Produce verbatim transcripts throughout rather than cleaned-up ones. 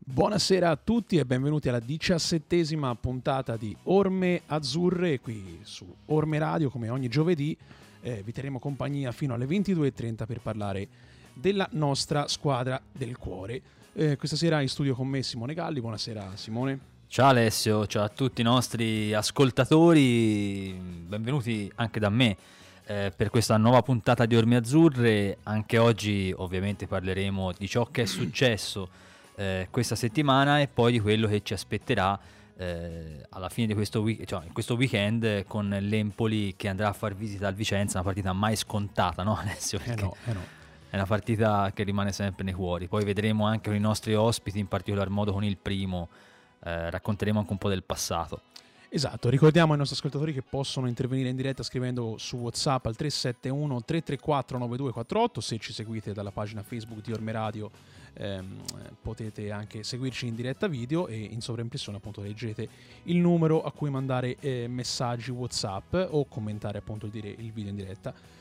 Buonasera a tutti e benvenuti alla diciassettesima puntata di Orme Azzurre qui su Orme Radio. Come ogni giovedì eh, vi terremo compagnia fino alle ventidue e trenta per parlare della nostra squadra del cuore. Eh, questa sera in studio con me Simone Galli. Buonasera Simone. Ciao Alessio, ciao a tutti i nostri ascoltatori, benvenuti anche da me eh, per questa nuova puntata di Orme Azzurre. Anche oggi ovviamente parleremo di ciò che è successo eh, questa settimana e poi di quello che ci aspetterà eh, alla fine di questo, week- cioè, in questo weekend con l'Empoli che andrà a far visita al Vicenza, una partita mai scontata, no Alessio? Eh no, eh no. È una partita che rimane sempre nei cuori. Poi vedremo anche con i nostri ospiti, in particolar modo con il primo. Eh, racconteremo anche un po' del passato. Esatto, ricordiamo ai nostri ascoltatori che possono intervenire in diretta scrivendo su WhatsApp al tre sette uno tre tre quattro nove due quattro otto. Se ci seguite dalla pagina Facebook di Orme Radio ehm, potete anche seguirci in diretta video e in sovraimpressione appunto leggete il numero a cui mandare eh, messaggi WhatsApp o commentare appunto il, dire, il video in diretta.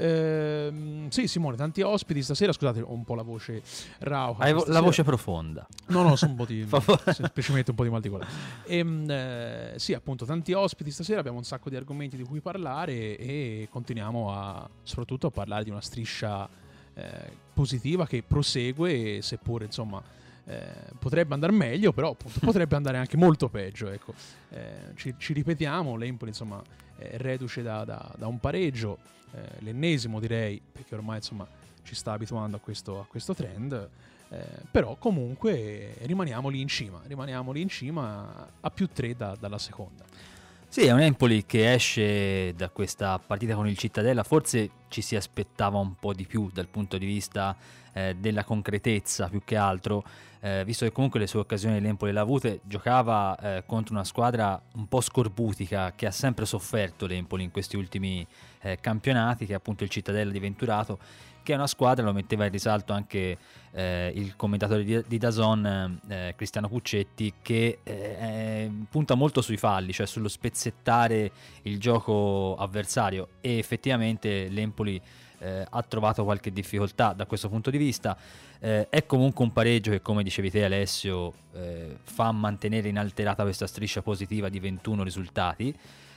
Ehm, sì Simone, tanti ospiti stasera, scusate ho un po' la voce rauca. Hai vo- la voce profonda. No no, sono un po' di semplicemente un po' di mal di gola. Ehm, eh, sì appunto tanti ospiti stasera, abbiamo un sacco di argomenti di cui parlare e continuiamo a soprattutto a parlare di una striscia eh, positiva che prosegue, seppure insomma eh, potrebbe andare meglio, però appunto potrebbe andare anche molto peggio, ecco. eh, ci, ci ripetiamo, l'Empoli insomma è reduce da, da, da un pareggio, eh, l'ennesimo direi, perché ormai insomma ci sta abituando a questo, a questo trend, eh, però comunque rimaniamo lì in cima, rimaniamo lì in cima a più tre da, dalla seconda. Sì, è un Empoli che esce da questa partita con il Cittadella, forse ci si aspettava un po' di più dal punto di vista eh, della concretezza più che altro, eh, visto che comunque le sue occasioni l'Empoli le ha avute, giocava eh, contro una squadra un po' scorbutica che ha sempre sofferto l'Empoli in questi ultimi eh, campionati, che è appunto il Cittadella di Venturato, che è una squadra, lo metteva in risalto anche eh, il commentatore di, di D A Z N, eh, Cristiano Puccetti, che eh, punta molto sui falli, cioè sullo spezzettare il gioco avversario, e effettivamente l'Empoli eh, ha trovato qualche difficoltà da questo punto di vista. Eh, è comunque un pareggio che, come dicevi te Alessio, eh, fa mantenere inalterata questa striscia positiva di ventuno risultati.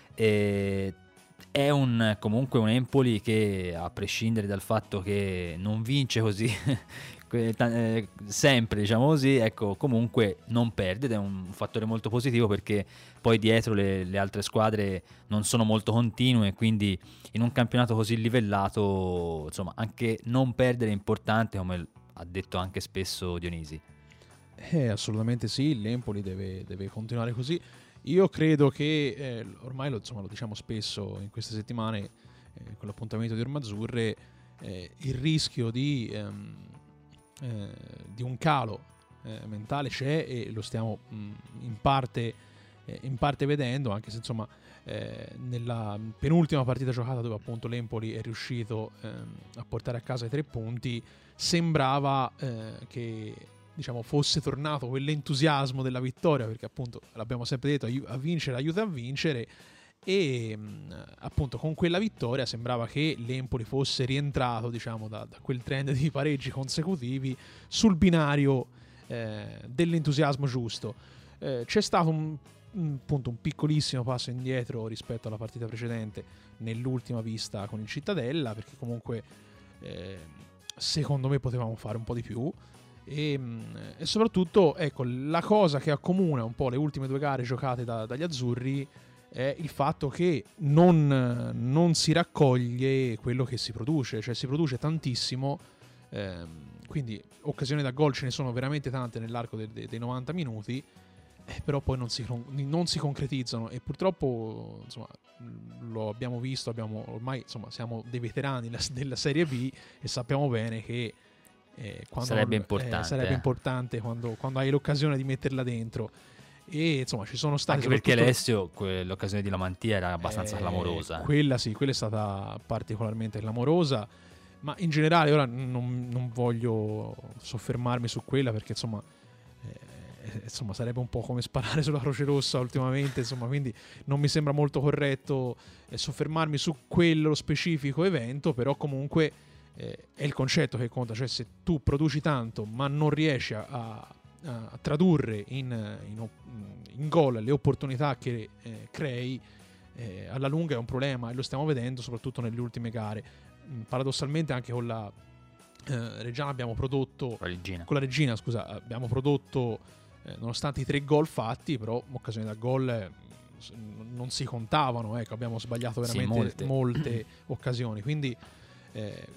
E è un, comunque un Empoli che, a prescindere dal fatto che non vince così eh, sempre, diciamo così, ecco, comunque non perde, ed è un fattore molto positivo, perché poi dietro le, le altre squadre non sono molto continue, quindi in un campionato così livellato insomma anche non perdere è importante, come ha detto anche spesso Dionisi. Eh, assolutamente sì, l'Empoli deve, deve continuare così. Io credo che, eh, ormai lo, insomma, lo diciamo spesso in queste settimane, eh, con l'appuntamento di Orme Azzurre, eh, il rischio di, ehm, eh, di un calo eh, mentale c'è, e lo stiamo mh, in, parte, eh, in parte vedendo, anche se insomma eh, nella penultima partita giocata, dove appunto l'Empoli è riuscito ehm, a portare a casa i tre punti, sembrava eh, che diciamo fosse tornato quell'entusiasmo della vittoria, perché appunto l'abbiamo sempre detto, a vincere aiuta a vincere, e appunto con quella vittoria sembrava che l'Empoli fosse rientrato diciamo da, da quel trend di pareggi consecutivi sul binario eh, dell'entusiasmo giusto. Eh, c'è stato un, un, appunto, un piccolissimo passo indietro rispetto alla partita precedente nell'ultima vista con il Cittadella, perché comunque eh, secondo me potevamo fare un po' di più. E, e soprattutto ecco, la cosa che accomuna un po' le ultime due gare giocate da, dagli azzurri è il fatto che non, non si raccoglie quello che si produce, cioè si produce tantissimo, ehm, quindi occasioni da gol ce ne sono veramente tante nell'arco de, de, dei novanta minuti, eh, però poi non si, non si concretizzano, e purtroppo insomma lo abbiamo visto, abbiamo, ormai insomma siamo dei veterani della, della Serie B e sappiamo bene che Eh, quando, sarebbe importante, eh, sarebbe eh. importante quando, quando hai l'occasione di metterla dentro, e insomma ci sono stati, anche perché Alessio l'occasione di Lamantia era abbastanza eh, clamorosa, quella sì, quella è stata particolarmente clamorosa, ma in generale ora non, non voglio soffermarmi su quella, perché insomma eh, insomma sarebbe un po' come sparare sulla Croce Rossa ultimamente, insomma, quindi non mi sembra molto corretto eh, soffermarmi su quello specifico evento, però comunque Eh, è il concetto che conta, cioè se tu produci tanto ma non riesci a, a tradurre in, in, in gol le opportunità che eh, crei, eh, alla lunga è un problema, e lo stiamo vedendo soprattutto nelle ultime gare. Mm, paradossalmente anche con la eh, Reggiana abbiamo prodotto La Regina. con la Regina scusa abbiamo prodotto eh, nonostante i tre gol fatti, però occasioni da gol eh, non si contavano, ecco, abbiamo sbagliato veramente sì, molte, molte occasioni, quindi eh,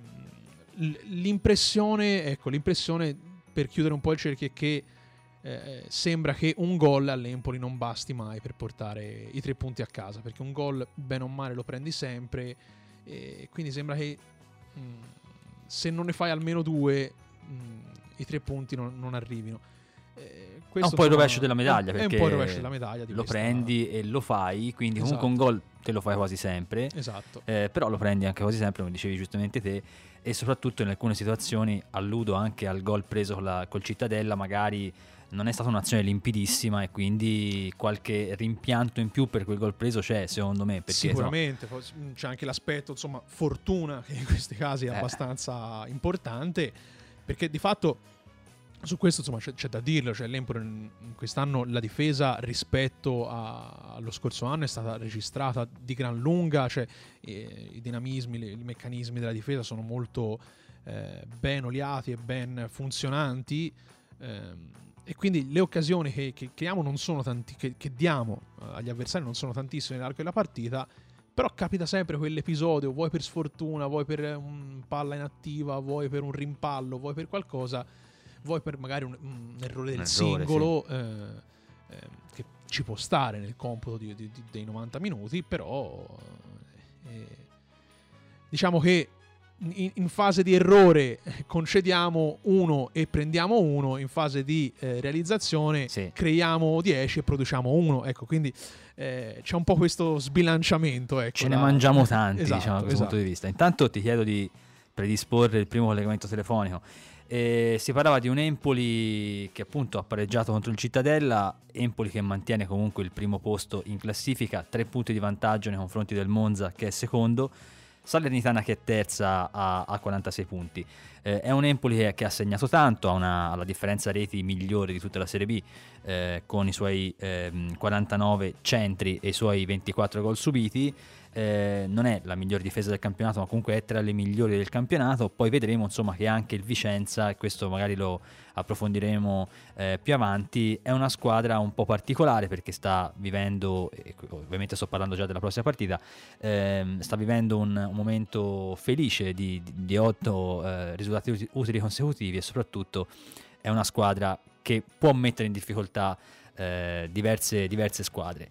l'impressione ecco l'impressione per chiudere un po' il cerchio è che eh, sembra che un gol all'Empoli non basti mai per portare i tre punti a casa, perché un gol bene o male lo prendi sempre, e quindi sembra che mh, se non ne fai almeno due mh, i tre punti non, non arrivino. Eh, è un po' il rovescio della medaglia, è, perché è un po' il rovescio della medaglia di lo questa... prendi e lo fai, quindi esatto. comunque un gol te lo fai quasi sempre, esatto. eh, però lo prendi anche quasi sempre, come dicevi giustamente te, e soprattutto in alcune situazioni, alludo anche al gol preso con la, col Cittadella, magari non è stata un'azione limpidissima e quindi qualche rimpianto in più per quel gol preso c'è, secondo me, perché sicuramente no, c'è anche l'aspetto insomma fortuna, che in questi casi è eh. abbastanza importante, perché di fatto su questo insomma c'è, c'è da dirlo, cioè l'Empoli quest'anno la difesa rispetto a, allo scorso anno è stata registrata di gran lunga, cioè eh, i dinamismi, le, i meccanismi della difesa sono molto eh, ben oliati e ben funzionanti, ehm, e quindi le occasioni che, che creiamo non sono tanti, che, che diamo agli avversari non sono tantissime nell'arco della partita, però capita sempre quell'episodio, vuoi per sfortuna, vuoi per un palla inattiva, vuoi per un rimpallo, vuoi per qualcosa, vuoi per magari un, un errore del un errore, singolo, sì. eh, eh, che ci può stare nel computo di, di, di, dei novanta minuti, però eh, diciamo che in, in fase di errore concediamo uno e prendiamo uno, in fase di eh, realizzazione sì. creiamo dieci e produciamo uno, ecco, quindi eh, c'è un po' questo sbilanciamento, ecco, ce da... ne mangiamo tanti, esatto, diciamo, da questo esatto. punto di vista. Intanto ti chiedo di predisporre il primo collegamento telefonico. E si parlava di un Empoli che appunto ha pareggiato contro il Cittadella, Empoli che mantiene comunque il primo posto in classifica, tre punti di vantaggio nei confronti del Monza che è secondo, Salernitana che è terza a, a quarantasei punti. Eh, è un Empoli che, che ha segnato tanto, ha una, ha la differenza reti migliore di tutta la Serie B, eh, con i suoi eh, quarantanove centri e i suoi ventiquattro gol subiti. Eh, non è la miglior difesa del campionato, ma comunque è tra le migliori del campionato. Poi vedremo insomma che anche il Vicenza, e questo magari lo approfondiremo eh, più avanti, è una squadra un po' particolare perché sta vivendo, e ovviamente sto parlando già della prossima partita, ehm, sta vivendo un, un momento felice di, di, di otto eh, risultati utili consecutivi, e soprattutto è una squadra che può mettere in difficoltà eh, diverse, diverse squadre.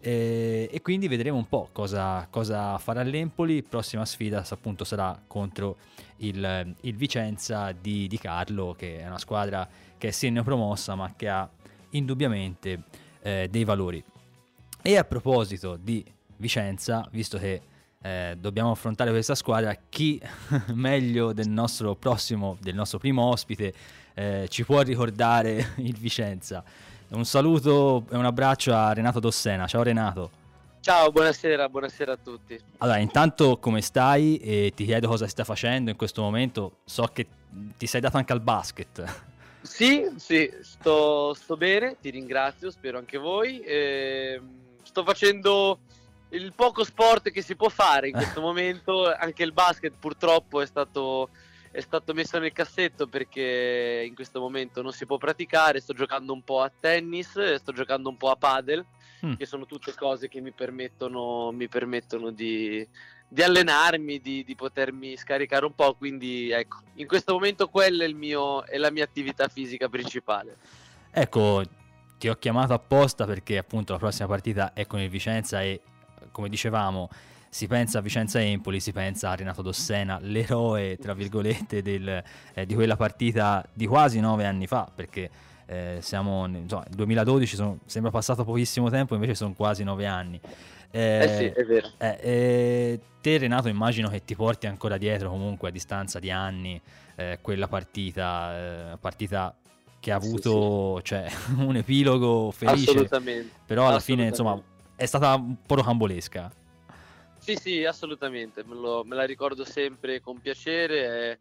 E, e quindi vedremo un po' cosa, cosa farà l'Empoli. Prossima sfida appunto sarà contro il, il Vicenza di, di Carlo, che è una squadra che è sì neopromossa ma che ha indubbiamente eh, dei valori. E a proposito di Vicenza, visto che eh, dobbiamo affrontare questa squadra, chi meglio del nostro prossimo, del nostro primo ospite eh, ci può ricordare il Vicenza? Un saluto e un abbraccio a Renato Dossena. Ciao Renato. Ciao, buonasera, buonasera a tutti. Allora, intanto come stai? E ti chiedo cosa stai facendo in questo momento. So che ti sei dato anche al basket. Sì, sì, sto, sto bene, ti ringrazio, spero anche voi. E sto facendo il poco sport che si può fare in questo momento. Anche il basket purtroppo è stato... è stato messo nel cassetto perché in questo momento non si può praticare. Sto giocando un po' a tennis, sto giocando un po' a padel, mm. che sono tutte cose che mi permettono, mi permettono di, di allenarmi, di, di potermi scaricare un po', quindi ecco, in questo momento quella è, il mio, è la mia attività fisica principale. Ecco, ti ho chiamato apposta perché appunto la prossima partita è con il Vicenza e, come dicevamo, si pensa a Vicenza-Empoli, si pensa a Renato Dossena, l'eroe tra virgolette del, eh, di quella partita di quasi nove anni fa, perché eh, siamo insomma, il duemiladodici, sono, sembra passato pochissimo tempo, invece sono quasi nove anni. Eh, eh sì, è vero. Eh, eh, te Renato immagino che ti porti ancora dietro comunque a distanza di anni eh, quella partita, eh, partita che ha avuto sì, sì. Cioè, un epilogo felice, assolutamente, però alla fine insomma è stata un po' rocambolesca. Sì, sì, assolutamente, me, lo, me la ricordo sempre con piacere.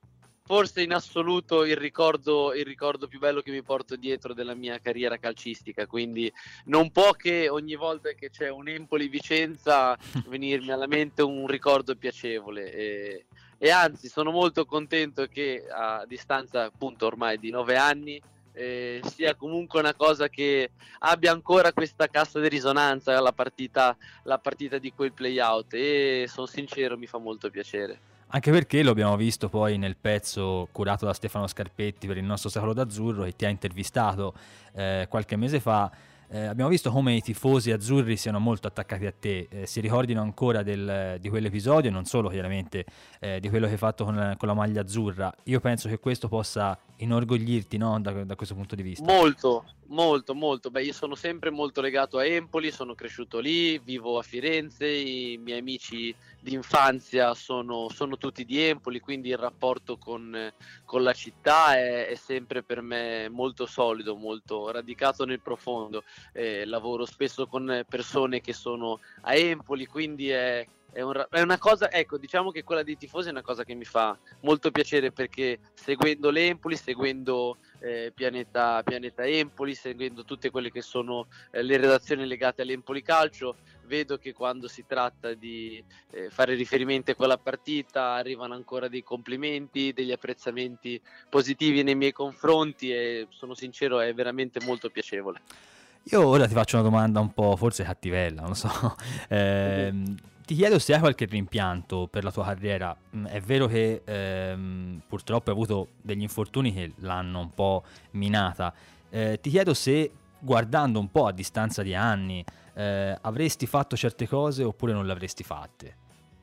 forse in assoluto il ricordo, il ricordo più bello che mi porto dietro della mia carriera calcistica, quindi non può che ogni volta che c'è un Empoli-Vicenza venirmi alla mente un ricordo piacevole, e, e anzi sono molto contento che a distanza appunto ormai di nove anni eh, sia comunque una cosa che abbia ancora questa cassa di risonanza la partita, la partita di quel play-out, e sono sincero, mi fa molto piacere. Anche perché lo abbiamo visto poi nel pezzo curato da Stefano Scarpetti per il nostro Secolo d'Azzurro, che ti ha intervistato eh, qualche mese fa. Eh, abbiamo visto come i tifosi azzurri siano molto attaccati a te, eh, si ricordino ancora del, di quell'episodio, non solo chiaramente eh, di quello che hai fatto con, con la maglia azzurra. Io penso che questo possa inorgoglirti, no? da, da questo punto di vista. Molto, molto, molto. Beh, io sono sempre molto legato a Empoli, sono cresciuto lì, vivo a Firenze, i miei amici di infanzia sono, sono tutti di Empoli, quindi il rapporto con, con la città è, è sempre per me molto solido, molto radicato nel profondo. Eh, lavoro spesso con persone che sono a Empoli, quindi è, è, un, è una cosa, ecco, diciamo che quella dei tifosi è una cosa che mi fa molto piacere, perché seguendo l'Empoli, seguendo eh, Pianeta, Pianeta Empoli, seguendo tutte quelle che sono eh, le redazioni legate all'Empoli Calcio, vedo che quando si tratta di eh, fare riferimento a quella partita arrivano ancora dei complimenti, degli apprezzamenti positivi nei miei confronti, e sono sincero, è veramente molto piacevole. Io ora ti faccio una domanda un po' forse cattivella, non lo so. Eh, ti chiedo se hai qualche rimpianto per la tua carriera. È vero che ehm, purtroppo hai avuto degli infortuni che l'hanno un po' minata. Eh, ti chiedo se, guardando un po' a distanza di anni, eh, avresti fatto certe cose oppure non le avresti fatte?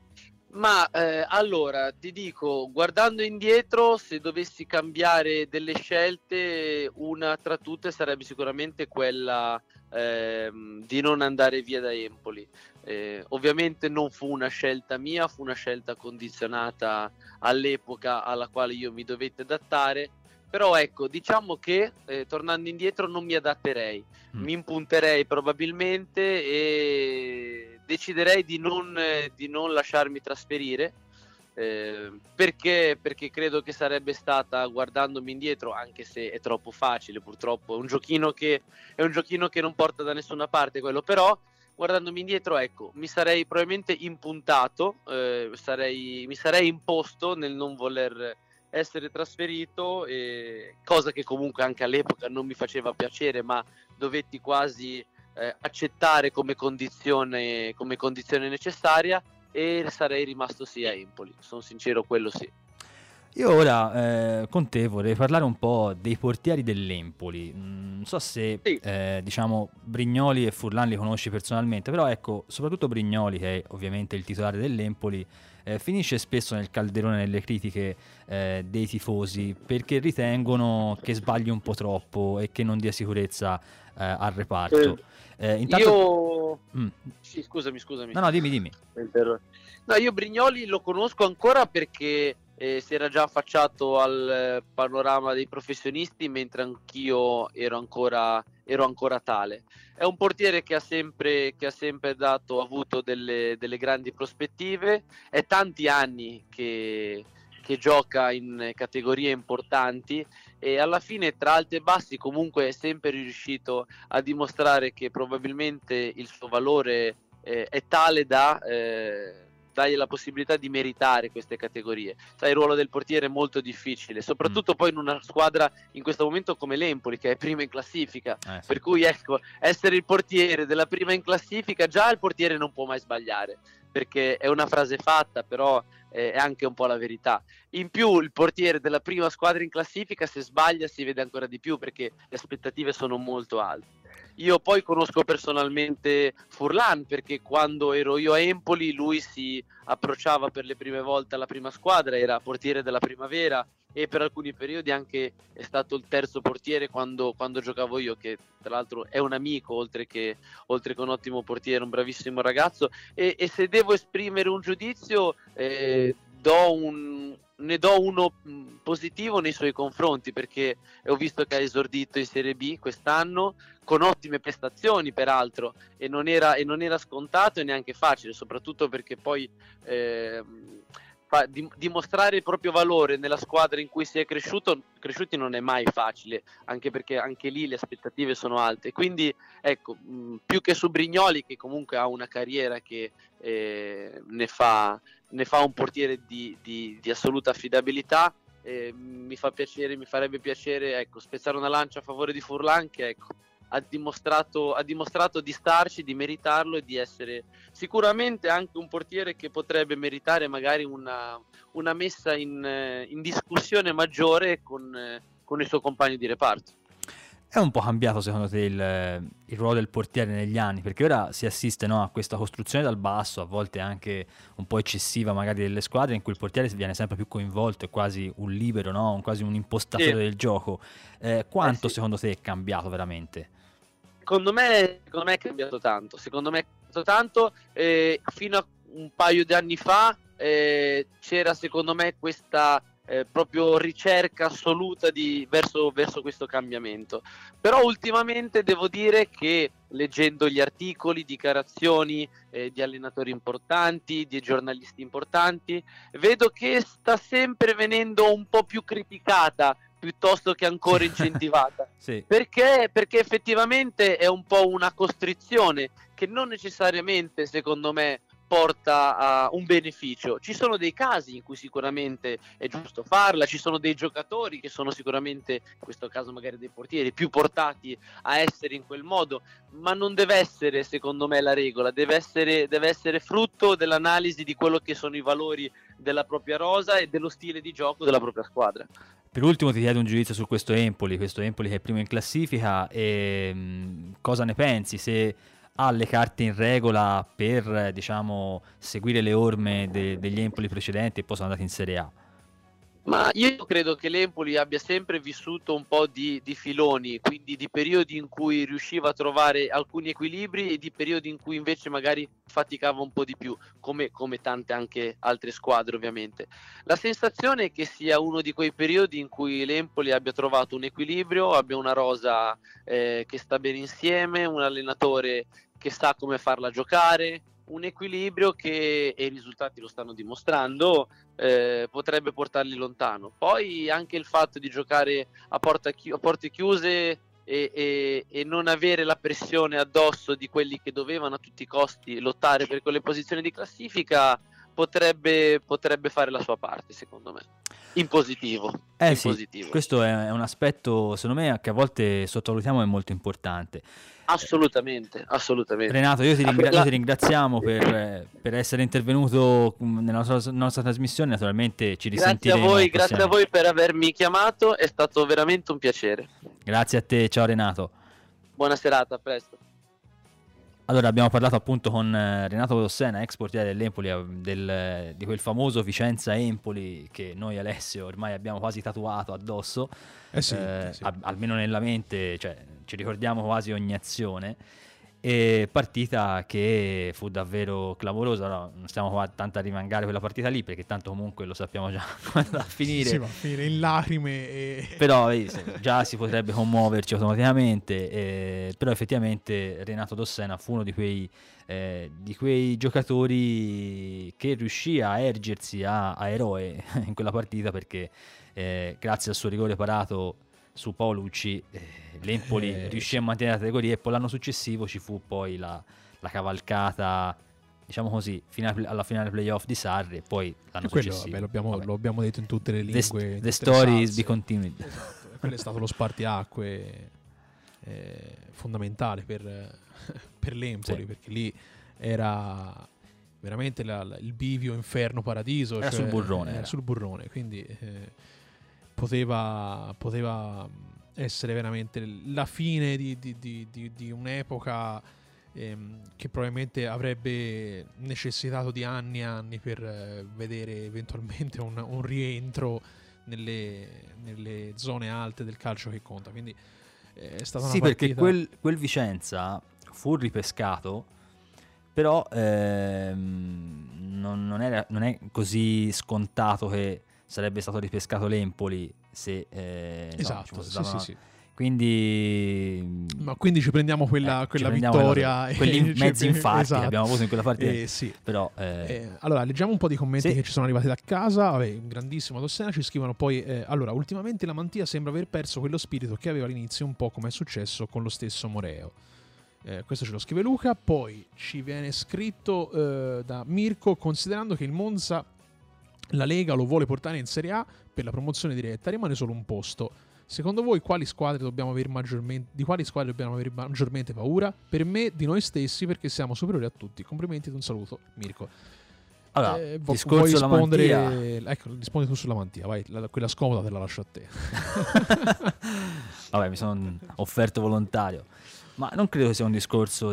Ma eh, allora ti dico, guardando indietro, se dovessi cambiare delle scelte, una tra tutte sarebbe sicuramente quella ehm, di non andare via da Empoli. Eh, ovviamente non fu una scelta mia, fu una scelta condizionata all'epoca alla quale io mi dovetti adattare. Però ecco, diciamo che eh, tornando indietro non mi adatterei, mm. mi impunterei probabilmente e deciderei di non, eh, di non lasciarmi trasferire, eh, perché, perché credo che sarebbe stata, guardandomi indietro, anche se è troppo facile purtroppo, è un giochino che, è un giochino che non porta da nessuna parte quello, però guardandomi indietro, ecco, mi sarei probabilmente impuntato, eh, sarei, mi sarei imposto nel non voler essere trasferito, eh, cosa che comunque anche all'epoca non mi faceva piacere, ma dovetti quasi eh, accettare come condizione, come condizione necessaria, e sarei rimasto sì a Empoli, sono sincero, quello sì. Io ora eh, con te vorrei parlare un po' dei portieri dell'Empoli. Non so se sì. eh, diciamo Brignoli e Furlan li conosci personalmente, però ecco, soprattutto Brignoli, che è ovviamente il titolare dell'Empoli, eh, finisce spesso nel calderone delle critiche eh, dei tifosi, perché ritengono che sbagli un po' troppo e che non dia sicurezza eh, al reparto. Eh, intanto... Io... Mm. Sì, scusami, scusami. No, no, dimmi, dimmi. No, io Brignoli lo conosco ancora perché Eh, si era già affacciato al eh, panorama dei professionisti, mentre anch'io ero ancora, ero ancora tale. È un portiere che ha sempre, che ha sempre dato, avuto delle, delle grandi prospettive. È tanti anni che, che gioca in categorie importanti, e alla fine, tra alti e bassi, comunque è sempre riuscito a dimostrare che probabilmente il suo valore eh, è tale da... Eh, dargli la possibilità di meritare queste categorie. Sai, il ruolo del portiere è molto difficile, soprattutto mm. poi in una squadra in questo momento come l'Empoli, che è prima in classifica, eh, sì. Per cui ecco, essere il portiere della prima in classifica, già il portiere non può mai sbagliare, perché è una frase fatta, però è anche un po' la verità. In più il portiere della prima squadra in classifica, se sbaglia si vede ancora di più, perché le aspettative sono molto alte. Io poi conosco personalmente Furlan, perché quando ero io a Empoli lui si approcciava per le prime volte alla prima squadra, era portiere della Primavera e per alcuni periodi anche è stato il terzo portiere quando, quando giocavo io, che tra l'altro è un amico, oltre che, oltre che un ottimo portiere, un bravissimo ragazzo, e, e se devo esprimere un giudizio eh, do un... ne do uno positivo nei suoi confronti, perché ho visto che ha esordito in Serie B quest'anno con ottime prestazioni peraltro, e non era, e non era scontato e neanche facile, soprattutto perché poi eh, fa, di, dimostrare il proprio valore nella squadra in cui si è cresciuto, cresciuti non è mai facile, anche perché anche lì le aspettative sono alte. Quindi ecco, mh, più che su Brignoli, che comunque ha una carriera che eh, ne, fa, ne fa un portiere di, di, di assoluta affidabilità, eh, mi fa piacere, mi farebbe piacere ecco, spezzare una lancia a favore di Furlan, che ecco, ha dimostrato, ha dimostrato di starci, di meritarlo e di essere sicuramente anche un portiere che potrebbe meritare magari una, una messa in, in discussione maggiore con, con i suoi compagni di reparto. È un po' cambiato secondo te il, il ruolo del portiere negli anni? Perché ora si assiste, no, a questa costruzione dal basso, a volte anche un po' eccessiva magari delle squadre, in cui il portiere viene sempre più coinvolto, è quasi un libero, no? Quasi un impostatore sì. del gioco. Eh, quanto eh sì. secondo te è cambiato veramente? Secondo me, secondo me è cambiato tanto, secondo me è cambiato tanto, eh, fino a un paio di anni fa eh, c'era secondo me questa eh, proprio ricerca assoluta di, verso, verso questo cambiamento, però ultimamente devo dire che leggendo gli articoli, dichiarazioni eh, di allenatori importanti, di giornalisti importanti, vedo che sta sempre venendo un po' più criticata piuttosto che ancora incentivata. Sì. Perché? Perché effettivamente è un po' una costrizione che non necessariamente, secondo me, porta a un beneficio. Ci sono dei casi in cui sicuramente è giusto farla, ci sono dei giocatori che sono sicuramente, in questo caso magari dei portieri, più portati a essere in quel modo, ma non deve essere, secondo me, la regola, deve essere, deve essere frutto dell'analisi di quello che sono i valori della propria rosa e dello stile di gioco della propria squadra. Per ultimo ti chiedo un giudizio su questo Empoli, questo Empoli che è primo in classifica, e mh, cosa ne pensi, se ha le carte in regola per, diciamo, seguire le orme de- degli Empoli precedenti e poi sono andati in Serie A? Ma io credo che l'Empoli abbia sempre vissuto un po' di, di filoni, quindi di periodi in cui riusciva a trovare alcuni equilibri e di periodi in cui invece magari faticava un po' di più, come, come tante anche altre squadre ovviamente. La sensazione è che sia uno di quei periodi in cui l'Empoli abbia trovato un equilibrio, abbia una rosa eh, che sta bene insieme, un allenatore che sa come farla giocare, un equilibrio che, e i risultati lo stanno dimostrando, eh, potrebbe portarli lontano. Poi anche il fatto di giocare a, porta chi- a porte chiuse e, e, e non avere la pressione addosso di quelli che dovevano a tutti i costi lottare per quelle posizioni di classifica potrebbe, potrebbe fare la sua parte, secondo me, in positivo. Eh in sì, positivo. Questo è un aspetto, secondo me, che a volte sottovalutiamo, è molto importante. Assolutamente, assolutamente. Renato, io ti, ringra- io ti ringraziamo per, per essere intervenuto nella nostra, nostra trasmissione. Naturalmente ci risentiremo. Grazie a voi, grazie a voi per avermi chiamato, è stato veramente un piacere. Grazie a te, ciao Renato. Buona serata, a presto. Allora, abbiamo parlato appunto con Renato Dossena, ex portiere dell'Empoli, del, di quel famoso Vicenza-Empoli che noi, Alessio, ormai abbiamo quasi tatuato addosso, eh sì, eh, sì. a, almeno nella mente, cioè ci ricordiamo quasi ogni azione. E partita che fu davvero clamorosa. No, non stiamo qua tanto a rimangare quella partita lì, perché tanto comunque lo sappiamo già come va a finire. Sì, va a finire in lacrime e... però eh, già si potrebbe commuoverci automaticamente, eh, però effettivamente Renato Dossena fu uno di quei, eh, di quei giocatori che riuscì a ergersi a, a eroe in quella partita, perché eh, grazie al suo rigore parato su Paolucci eh, l'Empoli eh, riuscì a mantenere la categoria, e poi l'anno successivo ci fu poi la, la cavalcata, diciamo così, finale, alla finale playoff di Sarri, e poi l'anno quello, successivo vabbè, lo, abbiamo, lo abbiamo detto in tutte le lingue, the, the story is be continued. Esatto. Quello è stato lo spartiacque eh, fondamentale per, per l'Empoli, sì. Perché lì era veramente la, la, il bivio inferno paradiso, era cioè, sul burrone, era era. sul burrone, quindi eh, poteva poteva essere veramente la fine di, di, di, di, di un'epoca ehm, che probabilmente avrebbe necessitato di anni e anni per eh, vedere eventualmente un, un rientro nelle, nelle zone alte del calcio che conta. Quindi eh, è stata una sì, partita... perché quel, quel Vicenza fu ripescato, però ehm, non, non, era, non è così scontato che sarebbe stato ripescato l'Empoli se eh, esatto, no, sì, sì, sì. quindi ma quindi ci prendiamo quella, eh, quella prendiamo vittoria quella, quelli mezzi infarti esatto. che abbiamo avuto in quella partita eh, sì. però eh... Eh, allora leggiamo un po' di commenti sì. che ci sono arrivati da casa. Vabbè, grandissimo Dossena, ci scrivono poi eh, allora ultimamente la Mantia sembra aver perso quello spirito che aveva all'inizio, un po' come è successo con lo stesso Moreo. Eh, questo ce lo scrive Luca. Poi ci viene scritto eh, da Mirko: considerando che il Monza la Lega lo vuole portare in Serie A per la promozione diretta, rimane solo un posto. Secondo voi quali squadre dobbiamo avere maggiormente, di quali squadre dobbiamo avere maggiormente paura? Per me di noi stessi, perché siamo superiori a tutti. Complimenti ed un saluto, Mirko. Allora, eh, discorso vuoi rispondere? Mantia... Ecco, rispondi tu sulla Mantia, vai, la, quella scomoda te la lascio a te. Vabbè, mi sono offerto volontario. Ma non credo che sia un discorso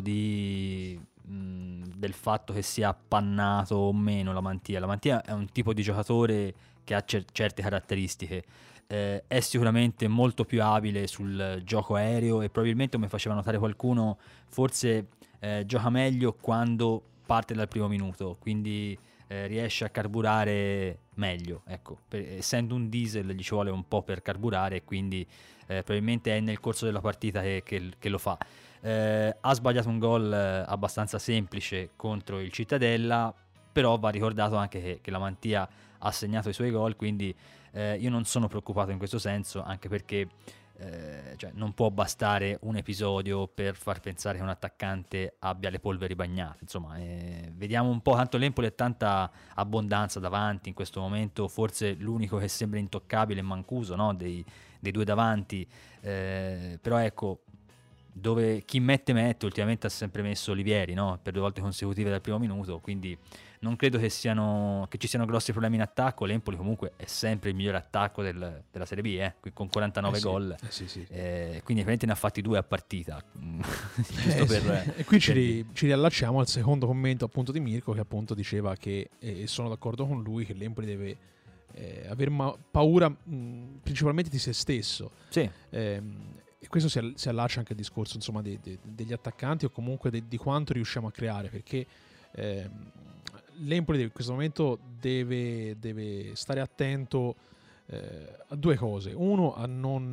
di mh, del fatto che sia appannato o meno la Mantia. La Mantia è un tipo di giocatore che ha cer- certe caratteristiche. Eh, è sicuramente molto più abile sul gioco aereo e probabilmente, come faceva notare qualcuno, forse eh, gioca meglio quando parte dal primo minuto, quindi eh, riesce a carburare meglio, ecco. Per, essendo un diesel gli ci vuole un po' per carburare, quindi eh, probabilmente è nel corso della partita che, che, che lo fa. Eh, ha sbagliato un gol eh, abbastanza semplice contro il Cittadella, però va ricordato anche che, che la Mantia ha segnato i suoi gol, quindi eh, io non sono preoccupato in questo senso, anche perché eh, cioè, non può bastare un episodio per far pensare che un attaccante abbia le polveri bagnate. Insomma, eh, vediamo un po', tanto l'Empoli ha tanta abbondanza davanti in questo momento, forse l'unico che sembra intoccabile è Mancuso, no? dei, dei due davanti, eh, però ecco, dove chi mette mette, ultimamente ha sempre messo Olivieri, no? Per due volte consecutive dal primo minuto, quindi non credo che siano che ci siano grossi problemi in attacco. L'Empoli comunque è sempre il migliore attacco del, della Serie B, eh? Qui con quarantanove eh sì, gol, eh sì, sì. Eh, quindi ovviamente ne ha fatti due a partita. Giusto eh per, sì. E qui ci, per... ri, ci riallacciamo al secondo commento appunto di Mirko, che appunto diceva che, e sono d'accordo con lui, che l'Empoli deve eh, aver ma- paura mh, principalmente di se stesso. Sì. Eh, e questo si, all- si allaccia anche al discorso, insomma, de- de- degli attaccanti, o comunque de- di quanto riusciamo a creare, perché eh, l'Empoli in questo momento deve, deve stare attento eh, a due cose. Uno, a non,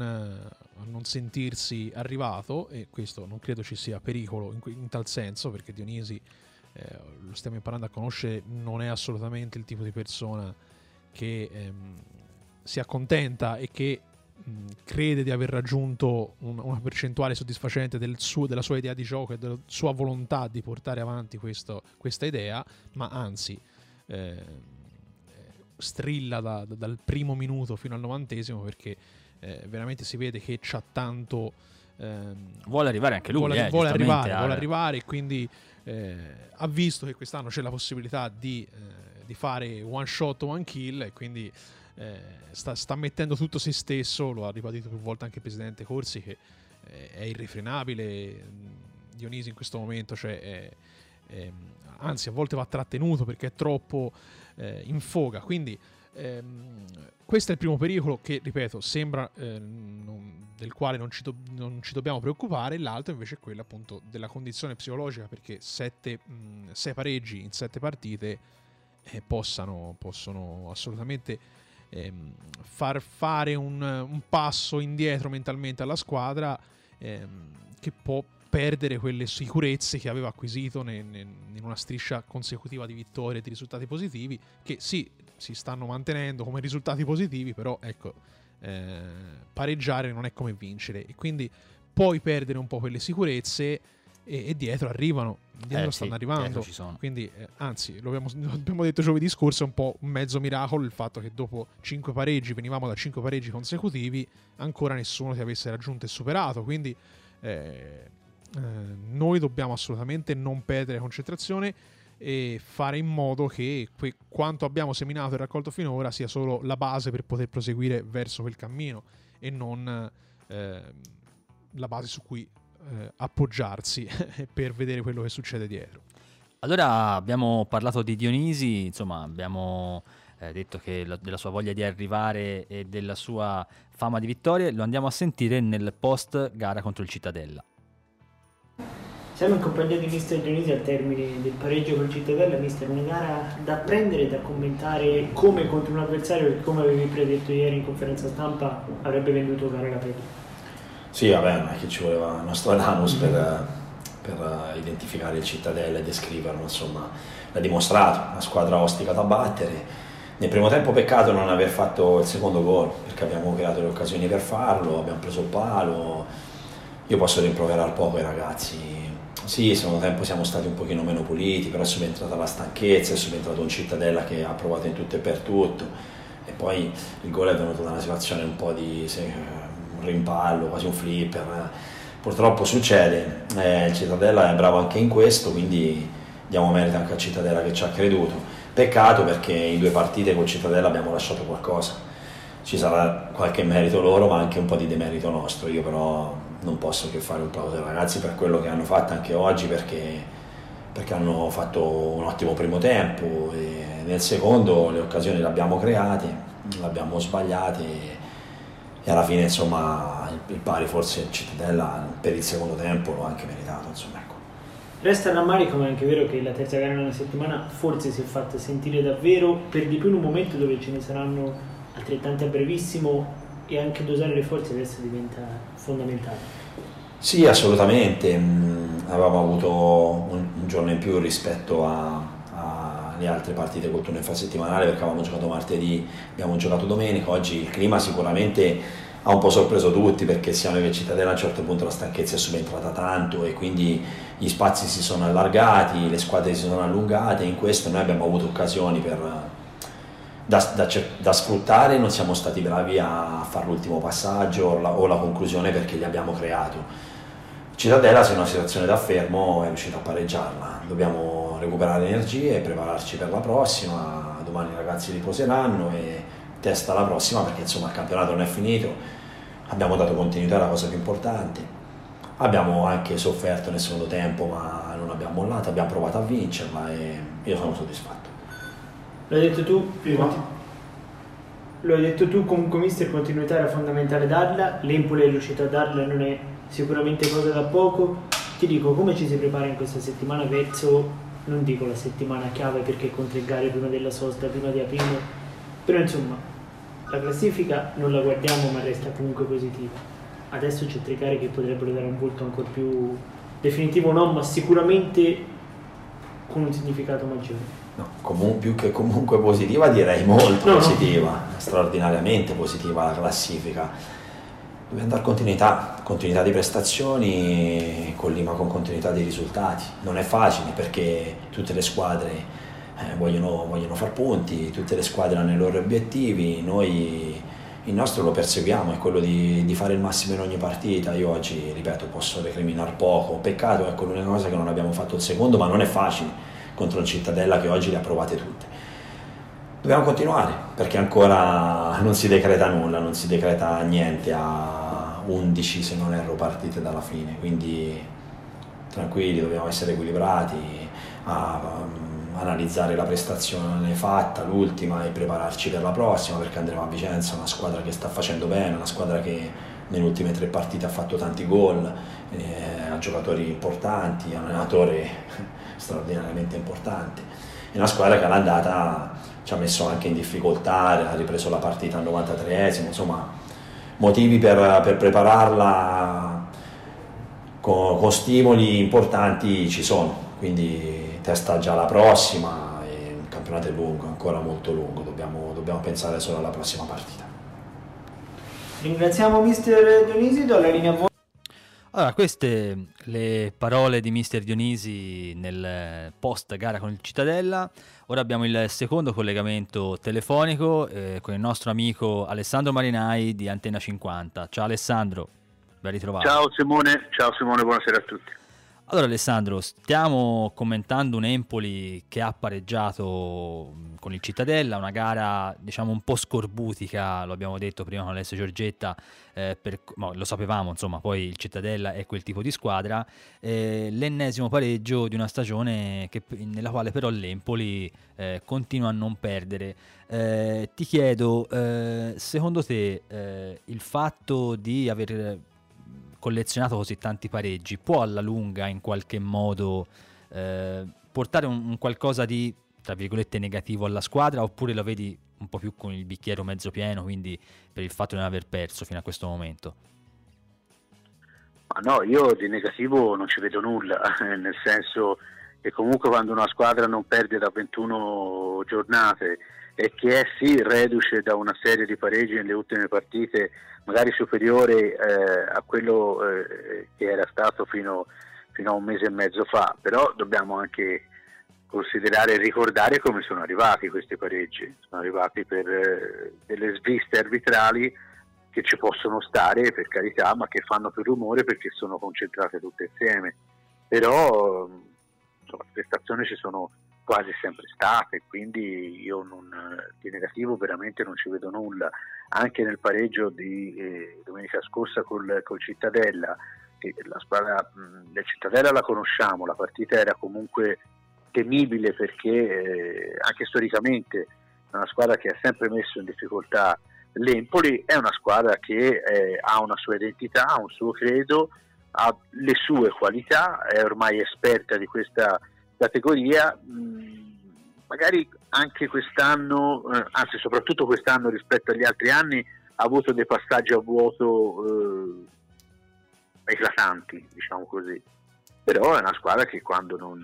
a non sentirsi arrivato, e questo non credo ci sia pericolo in, in tal senso, perché Dionisi, eh, lo stiamo imparando a conoscere, non è assolutamente il tipo di persona che ehm, si accontenta e che mh, crede di aver raggiunto un, una percentuale soddisfacente del suo, della sua idea di gioco e della sua volontà di portare avanti questo, questa idea, ma anzi eh, strilla da, da, dal primo minuto fino al novantesimo, perché eh, veramente si vede che c'ha tanto ehm, vuole arrivare anche lui, vuole, eh, vuole arrivare, eh. vuole arrivare e quindi eh, ha visto che quest'anno c'è la possibilità di, eh, di fare one shot, one kill, e quindi eh, sta, sta mettendo tutto se stesso. Lo ha ribadito più volte anche il presidente Corsi, che eh, è irrefrenabile. Dionisi in questo momento, cioè è, è, anzi a volte va trattenuto perché è troppo eh, in foga, quindi ehm, questo è il primo pericolo che, ripeto, sembra eh, non, del quale non ci, do, non ci dobbiamo preoccupare. L'altro invece è quello appunto della condizione psicologica, perché sette, mh, sei pareggi in sette partite eh, possano, possono assolutamente ehm, far fare un, un passo indietro mentalmente alla squadra, ehm, che può perdere quelle sicurezze che aveva acquisito ne, ne, in una striscia consecutiva di vittorie e di risultati positivi, che sì, si stanno mantenendo come risultati positivi, però ecco, eh, pareggiare non è come vincere, e quindi puoi perdere un po' quelle sicurezze, e, e dietro arrivano, dietro eh, stanno sì, arrivando, dietro ci sono. quindi eh, anzi, lo abbiamo, lo abbiamo detto giovedì scorso, è un po' un mezzo miracolo il fatto che dopo cinque pareggi, venivamo da cinque pareggi consecutivi, ancora nessuno ti avesse raggiunto e superato, quindi eh, Eh, noi dobbiamo assolutamente non perdere concentrazione e fare in modo che que- quanto abbiamo seminato e raccolto finora sia solo la base per poter proseguire verso quel cammino, e non eh, la base su cui eh, appoggiarsi per vedere quello che succede dietro. Allora abbiamo parlato di Dionisi, insomma abbiamo eh, detto che la, della sua voglia di arrivare e della sua fama di vittorie. Lo andiamo a sentire nel post gara contro il Cittadella. Siamo in compagnia di mister Dionisi al termine del pareggio con il Cittadella. Mister, una gara da prendere e da commentare come contro un avversario che, come avevi predetto ieri in conferenza stampa, avrebbe venduto gara la partita. Sì, vabbè, non è che ci voleva Nostradamus per, per identificare il Cittadella e descriverlo, insomma, l'ha dimostrato, una squadra ostica da battere. Nel primo tempo peccato non aver fatto il secondo gol, perché abbiamo creato le occasioni per farlo, abbiamo preso il palo. Io posso rimproverare poco ai ragazzi. Sì, il secondo tempo siamo stati un pochino meno puliti, però è subentrata la stanchezza, è subentrato un Cittadella che ha provato in tutto e per tutto. E poi il gol è venuto da una situazione un po' di se, un rimpallo, quasi un flipper. Purtroppo succede, eh, il Cittadella è bravo anche in questo, quindi diamo merito anche al Cittadella che ci ha creduto. Peccato perché in due partite col Cittadella abbiamo lasciato qualcosa. Ci sarà qualche merito loro, ma anche un po' di demerito nostro. Io però non posso che fare un plauso ai ragazzi per quello che hanno fatto anche oggi, perché, perché hanno fatto un ottimo primo tempo e nel secondo le occasioni le abbiamo create, le abbiamo sbagliate e, e alla fine insomma il, il pari forse il Cittadella per il secondo tempo lo ha anche meritato, insomma, ecco. Resta rammarico, ma è anche vero che la terza gara in una settimana forse si è fatta sentire davvero, per di più in un momento dove ce ne saranno altrettanti a brevissimo, e anche dosare le forze adesso diventa fondamentale. Sì, assolutamente. Avevamo avuto un, un giorno in più rispetto alle altre partite col turno infrasettimanale, perché avevamo giocato martedì, abbiamo giocato domenica. Oggi il clima sicuramente ha un po' sorpreso tutti, perché sia noi che Cittadella a un certo punto la stanchezza è subentrata tanto e quindi gli spazi si sono allargati, le squadre si sono allungate, e in questo noi abbiamo avuto occasioni per Da, da, da sfruttare, non siamo stati bravi a fare l'ultimo passaggio o la, o la conclusione, perché li abbiamo creato. Cittadella, se è una situazione da fermo, è riuscita a pareggiarla. Dobbiamo recuperare energie e prepararci per la prossima. Domani i ragazzi riposeranno e testa alla prossima, perché insomma il campionato non è finito. Abbiamo dato continuità, è la cosa più importante. Abbiamo anche sofferto nel secondo tempo, ma non abbiamo mollato, abbiamo provato a vincerla e io sono soddisfatto. L'hai detto tu, lo hai detto tu, comunque mister, continuità era fondamentale darla, l'Empoli è riuscito a darla, non è sicuramente cosa da poco. Ti dico, come ci si prepara in questa settimana verso, non dico la settimana chiave perché con tre gare prima della sosta, prima di aprile, però insomma la classifica non la guardiamo ma resta comunque positiva. Adesso c'è tre gare che potrebbero dare un volto ancora più definitivo, no, ma sicuramente con un significato maggiore. No, comun- più che comunque positiva, direi molto no, positiva, no. Straordinariamente positiva la classifica. Dobbiamo dare continuità, continuità di prestazioni, con Lima con continuità di risultati. Non è facile perché tutte le squadre eh, vogliono, vogliono far punti, tutte le squadre hanno i loro obiettivi, noi il nostro lo perseguiamo, è quello di, di fare il massimo in ogni partita. Io oggi, ripeto, posso recriminar poco, peccato, ecco, l'unica cosa che non abbiamo fatto il secondo, ma non è facile contro il Cittadella che oggi le ha provate tutte. Dobbiamo continuare perché ancora non si decreta nulla, non si decreta niente a undici, se non erro, partite dalla fine, quindi tranquilli, dobbiamo essere equilibrati, a, a analizzare la prestazione fatta, l'ultima, e prepararci per la prossima, perché andremo a Vicenza, una squadra che sta facendo bene, una squadra che nelle ultime tre partite ha fatto tanti gol, eh, ha giocatori importanti, ha un allenatore straordinariamente importante. È una squadra che all'andata ci ha messo anche in difficoltà, ha ripreso la partita al novantatreesimo, insomma motivi per, per prepararla con, con stimoli importanti ci sono, quindi testa già alla prossima, e il campionato è lungo, ancora molto lungo, dobbiamo, dobbiamo pensare solo alla prossima partita. Ringraziamo mister Dionisi, do la linea a voi. Allora, queste le parole di mister Dionisi nel post gara con il Cittadella. Ora abbiamo il secondo collegamento telefonico eh, con il nostro amico Alessandro Marinai di Antenna cinquanta. Ciao Alessandro, ben ritrovato. Ciao Simone, ciao Simone, buonasera a tutti. Allora Alessandro, stiamo commentando un Empoli che ha pareggiato con il Cittadella, una gara diciamo un po' scorbutica, lo abbiamo detto prima con Alessio Giorgetta, eh, per, no, lo sapevamo, insomma, poi il Cittadella è quel tipo di squadra, eh, l'ennesimo pareggio di una stagione che, nella quale però l'Empoli eh, continua a non perdere. Eh, ti chiedo, eh, secondo te eh, il fatto di aver collezionato così tanti pareggi può alla lunga in qualche modo eh, portare un, un qualcosa di, tra virgolette, negativo alla squadra, oppure lo vedi un po' più con il bicchiere mezzo pieno, quindi per il fatto di non aver perso fino a questo momento? Ma no, io di negativo non ci vedo nulla, nel senso che comunque quando una squadra non perde da ventuno giornate e che è sì reduce da una serie di pareggi nelle ultime partite, magari superiore eh, a quello eh, che era stato fino, fino a un mese e mezzo fa, però dobbiamo anche considerare e ricordare come sono arrivati questi pareggi. Sono arrivati per eh, delle sviste arbitrali che ci possono stare, per carità, ma che fanno più rumore perché sono concentrate tutte insieme. Però insomma, le prestazioni ci sono quasi sempre state, quindi io non, di negativo veramente non ci vedo nulla. Anche nel pareggio di eh, domenica scorsa col, col Cittadella, che la squadra mh, del Cittadella la conosciamo, la partita era comunque temibile perché eh, anche storicamente è una squadra che ha sempre messo in difficoltà l'Empoli, è una squadra che eh, ha una sua identità, ha un suo credo, ha le sue qualità, è ormai esperta di questa categoria, mh, magari anche quest'anno, eh, anzi soprattutto quest'anno rispetto agli altri anni, ha avuto dei passaggi a vuoto eh, eclatanti, diciamo così, però è una squadra che quando non,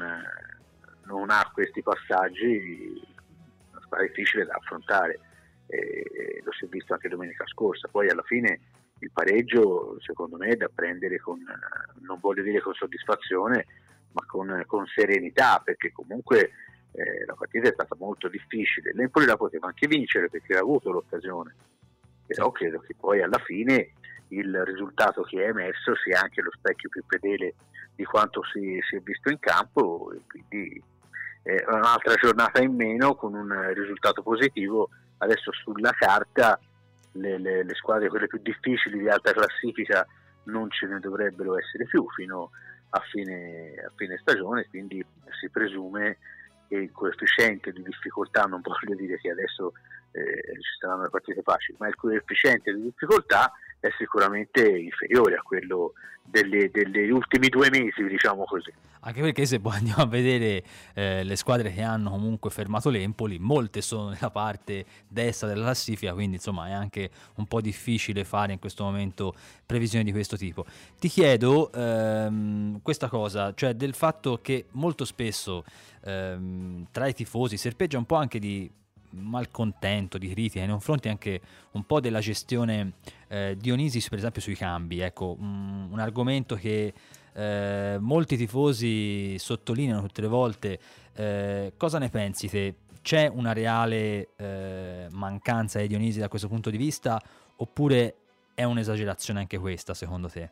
non ha questi passaggi è una squadra difficile da affrontare. Eh, lo si è visto anche domenica scorsa. Poi alla fine il pareggio secondo me è da prendere con, non voglio dire con soddisfazione, ma con, con serenità, perché comunque eh, la partita è stata molto difficile. L'Empoli la poteva anche vincere perché ha avuto l'occasione, però credo che poi alla fine il risultato che è emerso sia anche lo specchio più fedele di quanto si, si è visto in campo, e quindi eh, un'altra giornata in meno con un risultato positivo. Adesso sulla carta le, le, le squadre, quelle più difficili di alta classifica, non ce ne dovrebbero essere più fino a fine, a fine stagione, quindi si presume che il coefficiente di difficoltà, non voglio dire che adesso eh, ci saranno le partite facili, ma il coefficiente di difficoltà è sicuramente inferiore a quello delle, degli ultimi due mesi, diciamo così. Anche perché se poi andiamo a vedere eh, le squadre che hanno comunque fermato l'Empoli, molte sono nella parte destra della classifica, quindi insomma è anche un po' difficile fare in questo momento previsioni di questo tipo. Ti chiedo ehm, questa cosa, cioè del fatto che molto spesso ehm, tra i tifosi serpeggia un po' anche di malcontento, di critica nei confronti anche un po' della gestione eh, Dionisi, per esempio sui cambi, ecco, un, un argomento che eh, molti tifosi sottolineano tutte le volte. Eh, cosa ne pensi te? C'è una reale eh, mancanza di Dionisi da questo punto di vista, oppure è un'esagerazione anche questa secondo te?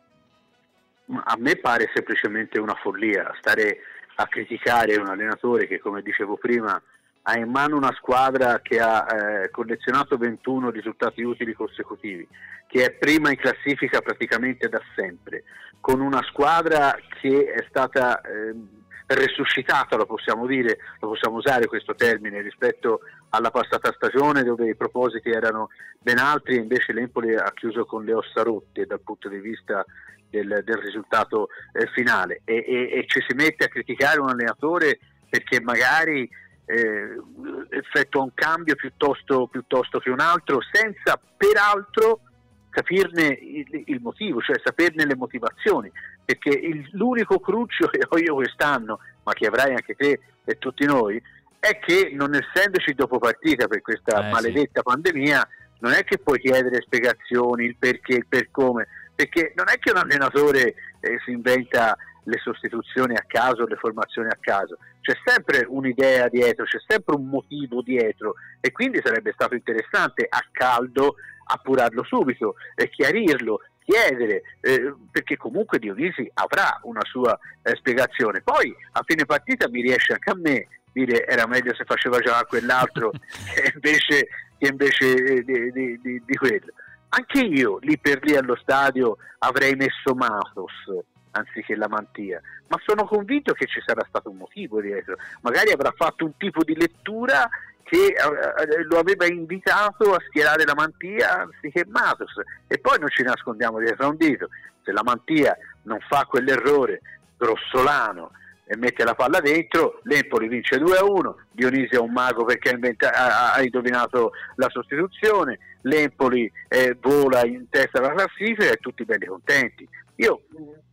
A me pare semplicemente una follia stare a criticare un allenatore che, come dicevo prima, ha in mano una squadra che ha eh, collezionato ventuno risultati utili consecutivi, che è prima in classifica praticamente da sempre, con una squadra che è stata eh, resuscitata, lo possiamo dire, lo possiamo usare questo termine, rispetto alla passata stagione dove i propositi erano ben altri, e invece l'Empoli ha chiuso con le ossa rotte dal punto di vista del, del risultato eh, finale, e, e, e ci si mette a criticare un allenatore perché magari Eh, effettua un cambio piuttosto, piuttosto che un altro, senza peraltro capirne il, il motivo, cioè saperne le motivazioni, perché il, l'unico cruccio che ho io quest'anno, ma che avrai anche te e tutti noi, è che non essendoci dopo partita per questa eh, maledetta sì. pandemia, non è che puoi chiedere spiegazioni, il perché, il per come, perché non è che un allenatore eh, si inventa le sostituzioni a caso, le formazioni a caso, c'è sempre un'idea dietro, c'è sempre un motivo dietro, e quindi sarebbe stato interessante a caldo appurarlo subito e chiarirlo, chiedere, eh, perché comunque Dionisi avrà una sua eh, spiegazione. Poi a fine partita mi riesce anche a me dire era meglio se faceva già quell'altro che invece, che invece eh, di, di, di, di quello. Anche io lì per lì allo stadio avrei messo Matos anziché la Mantia, ma sono convinto che ci sarà stato un motivo dietro, magari avrà fatto un tipo di lettura che eh, lo aveva invitato a schierare la Mantia anziché Matos, e poi non ci nascondiamo dietro a un dito, se la Mantia non fa quell'errore grossolano e mette la palla dentro, l'Empoli vince due a uno, Dionisi è un mago perché ha, inventa- ha, ha indovinato la sostituzione, l'Empoli eh, vola in testa alla classifica e tutti belli contenti. Io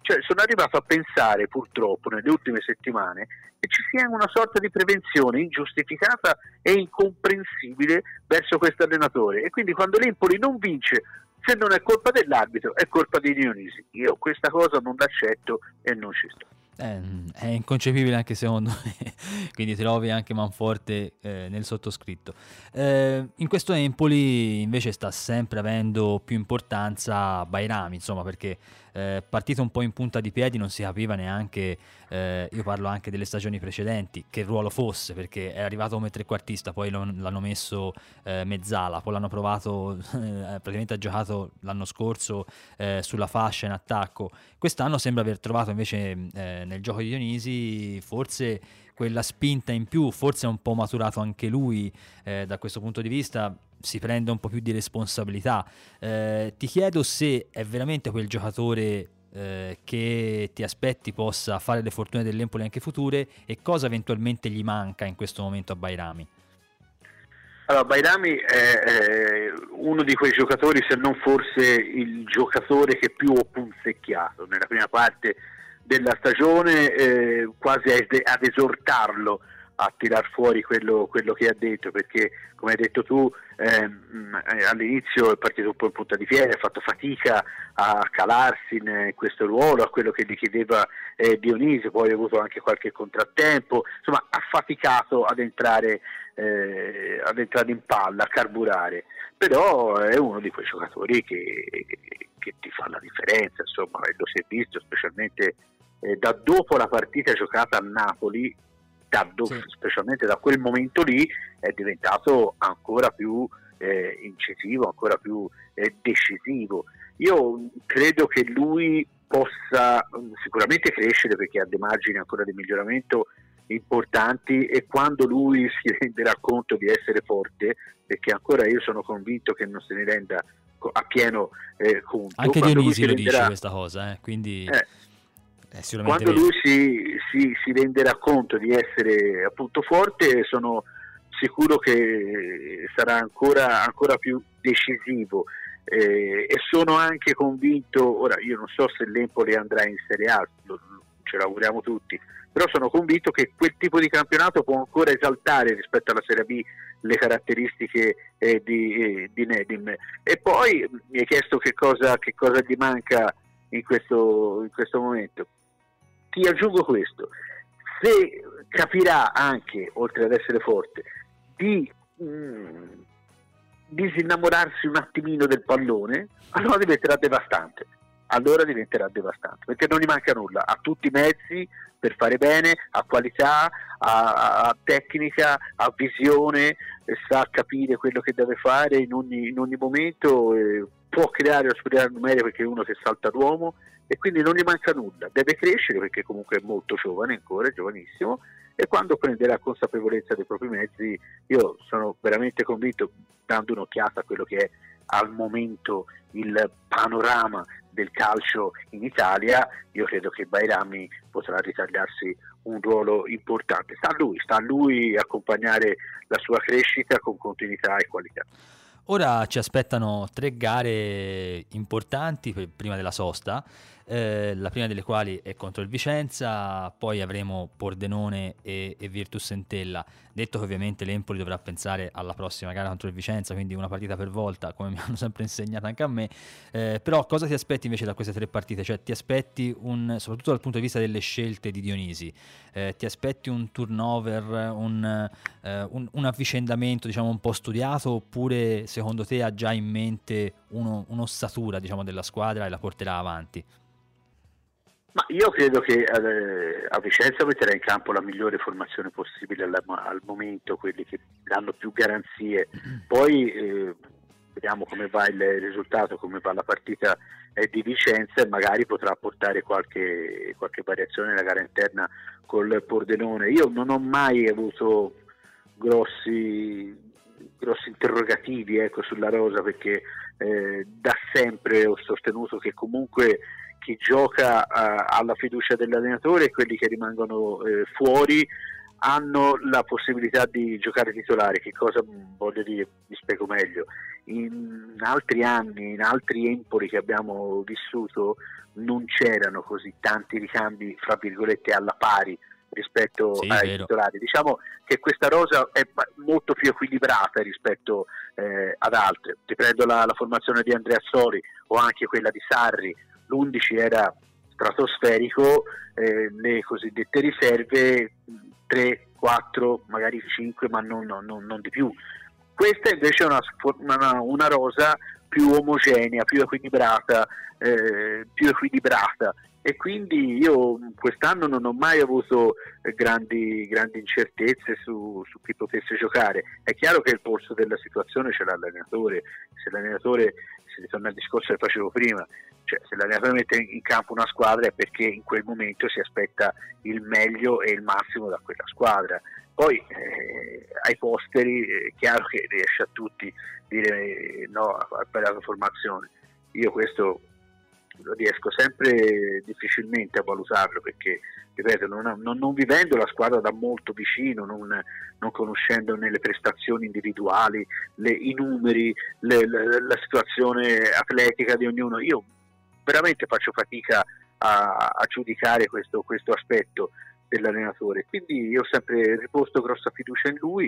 Cioè, sono arrivato a pensare purtroppo nelle ultime settimane che ci sia una sorta di prevenzione ingiustificata e incomprensibile verso questo allenatore, e quindi quando l'Empoli non vince, se non è colpa dell'arbitro, è colpa di Dionisi. Io questa cosa non l'accetto e non ci sto. Eh, è inconcepibile anche secondo me, quindi trovi anche manforte eh, nel sottoscritto. Eh, in questo Empoli invece sta sempre avendo più importanza Bajrami, insomma, perché eh, partito un po' in punta di piedi non si capiva neanche, eh, io parlo anche delle stagioni precedenti, che ruolo fosse, perché è arrivato come trequartista, poi lo, l'hanno messo eh, mezzala, poi l'hanno provato, eh, praticamente ha giocato l'anno scorso eh, sulla fascia in attacco. Quest'anno sembra aver trovato invece eh, nel gioco di Dionisi forse quella spinta in più, forse è un po' maturato anche lui eh, da questo punto di vista, si prende un po' più di responsabilità. Eh, ti chiedo se è veramente quel giocatore eh, che ti aspetti possa fare le fortune dell'Empoli anche future, e cosa eventualmente gli manca in questo momento a Bajrami. Allora, Bajrami è, è uno di quei giocatori, se non forse il giocatore che più ho punzecchiato nella prima parte della stagione, eh, quasi ad esortarlo a tirar fuori quello, quello che ha detto, perché come hai detto tu ehm, all'inizio è partito un po' in punta di piedi, ha fatto fatica a calarsi in questo ruolo, a quello che gli chiedeva eh, Dionisi, poi ha avuto anche qualche contrattempo, insomma ha faticato ad entrare, eh, ad entrare in palla, a carburare, però è uno di quei giocatori che, che ti fa la differenza, insomma, lo si è visto specialmente eh, da dopo la partita giocata a Napoli, da do- sì. specialmente da quel momento lì è diventato ancora più eh, incisivo, ancora più eh, decisivo. Io credo che lui possa um, sicuramente crescere, perché ha dei margini ancora di miglioramento importanti, e quando lui si renderà conto di essere forte, perché ancora io sono convinto che non se ne renda a pieno eh, conto. Anche Dionisi lo renderà... dice questa cosa, eh? Quindi eh, è quando vero. lui si, si, si renderà conto di essere appunto forte, sono sicuro che sarà ancora, ancora più decisivo, eh, e sono anche convinto, ora io non so se l'Empoli andrà in Serie A, lo, ce l'auguriamo tutti, però sono convinto che quel tipo di campionato può ancora esaltare rispetto alla Serie B le caratteristiche eh, di, eh, di Nedim. E poi mi hai chiesto che cosa, che cosa gli manca in questo, in questo momento. Ti aggiungo questo: se capirà anche, oltre ad essere forte, di mh, disinnamorarsi un attimino del pallone, allora diventerà devastante. Allora diventerà devastante, perché non gli manca nulla, ha tutti i mezzi per fare bene, ha qualità, ha, ha tecnica, ha visione, sa capire quello che deve fare in ogni, in ogni momento, eh, può creare la superiorità numerica perché è uno che salta l'uomo, e quindi non gli manca nulla. Deve crescere perché comunque è molto giovane ancora, è giovanissimo, e quando prenderà consapevolezza dei propri mezzi, io sono veramente convinto, dando un'occhiata a quello che è al momento il panorama del calcio in Italia, io credo che Bajrami potrà ritagliarsi un ruolo importante. Sta a lui, sta a lui accompagnare la sua crescita con continuità e qualità. Ora ci aspettano tre gare importanti prima della sosta, eh, la prima delle quali è contro il Vicenza, poi avremo Pordenone e, e Virtus Entella. Detto che ovviamente l'Empoli dovrà pensare alla prossima gara contro il Vicenza, quindi una partita per volta, come mi hanno sempre insegnato anche a me, eh, però cosa ti aspetti invece da queste tre partite? Cioè ti aspetti, un, soprattutto dal punto di vista delle scelte di Dionisi, eh, ti aspetti un turnover, un, eh, un, un avvicendamento diciamo un po' studiato, oppure secondo te ha già in mente uno, un'ossatura diciamo della squadra e la porterà avanti? Ma io credo che eh, a Vicenza metterà in campo la migliore formazione possibile al, al momento, quelli che danno più garanzie. Poi eh, vediamo come va il risultato, come va la partita eh, di Vicenza, e magari potrà portare qualche, qualche variazione nella gara interna col Pordenone. Io non ho mai avuto grossi, grossi interrogativi ecco, sulla rosa, perché eh, da sempre ho sostenuto che comunque chi gioca uh, alla fiducia dell'allenatore e quelli che rimangono uh, fuori hanno la possibilità di giocare titolari. Che cosa voglio dire? Vi spiego meglio. In altri anni, in altri Empoli che abbiamo vissuto, non c'erano così tanti ricambi, fra virgolette, alla pari rispetto sì, ai vero. titolari. Diciamo che questa rosa è molto più equilibrata rispetto eh, ad altre. Ti prendo la, la formazione di Andrea Soli o anche quella di Sarri, l'undici era stratosferico, eh, le cosiddette riserve tre, quattro, magari cinque, ma non, non, non di più. Questa invece è una, una, una rosa più omogenea, più equilibrata, eh, più equilibrata. E quindi io quest'anno non ho mai avuto grandi, grandi incertezze su, su chi potesse giocare. È chiaro che il polso della situazione ce l'ha l'allenatore. Se l'allenatore, se ritorna al discorso che facevo prima, cioè se l'allenatore mette in campo una squadra è perché in quel momento si aspetta il meglio e il massimo da quella squadra. Poi eh, ai posteri è chiaro che riesce a tutti dire eh, no a quella formazione. Io questo riesco sempre difficilmente a valutarlo, perché ripeto, non, non, non vivendo la squadra da molto vicino, non, non conoscendo né le prestazioni individuali, le, i numeri, le, le, la situazione atletica di ognuno, io veramente faccio fatica a, a giudicare questo, questo aspetto dell'allenatore. Quindi io ho sempre riposto grossa fiducia in lui.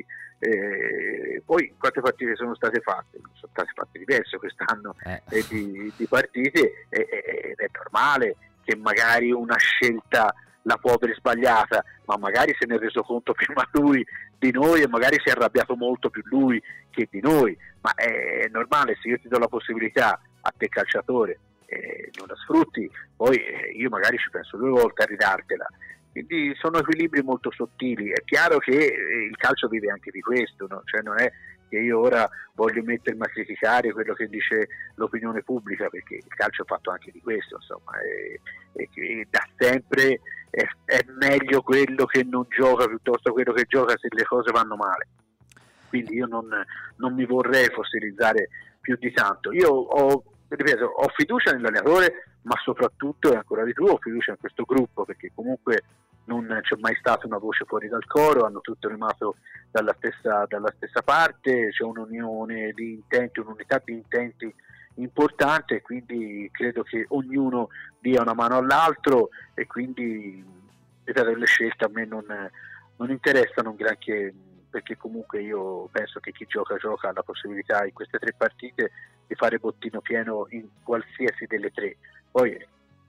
Eh, poi quante partite sono state fatte? Sono state fatte diverse quest'anno eh. eh, di, di partite ed è, è normale che magari una scelta la può aver sbagliata, ma magari se ne è reso conto prima lui di noi e magari si è arrabbiato molto più lui che di noi, ma è normale. Se io ti do la possibilità a te calciatore eh, non la sfrutti, poi eh, io magari ci penso due volte a ridartela. Quindi sono equilibri molto sottili. È chiaro che il calcio vive anche di questo, no? Cioè non è che io ora voglio mettermi a criticare quello che dice l'opinione pubblica, perché il calcio è fatto anche di questo, insomma, e, e da sempre è, è meglio quello che non gioca piuttosto quello che gioca se le cose vanno male. Quindi io non, non mi vorrei fossilizzare più di tanto. Io ho, ripeto, ho fiducia nell'allenatore, ma soprattutto e ancora di più ho fiducia in questo gruppo, perché comunque non c'è mai stata una voce fuori dal coro, hanno tutti remato dalla stessa, dalla stessa parte, c'è un'unione di intenti, un'unità di intenti importante, e quindi credo che ognuno dia una mano all'altro, e quindi le scelte a me non, non interessano un granché, perché comunque io penso che chi gioca gioca ha la possibilità in queste tre partite di fare bottino pieno in qualsiasi delle tre. Poi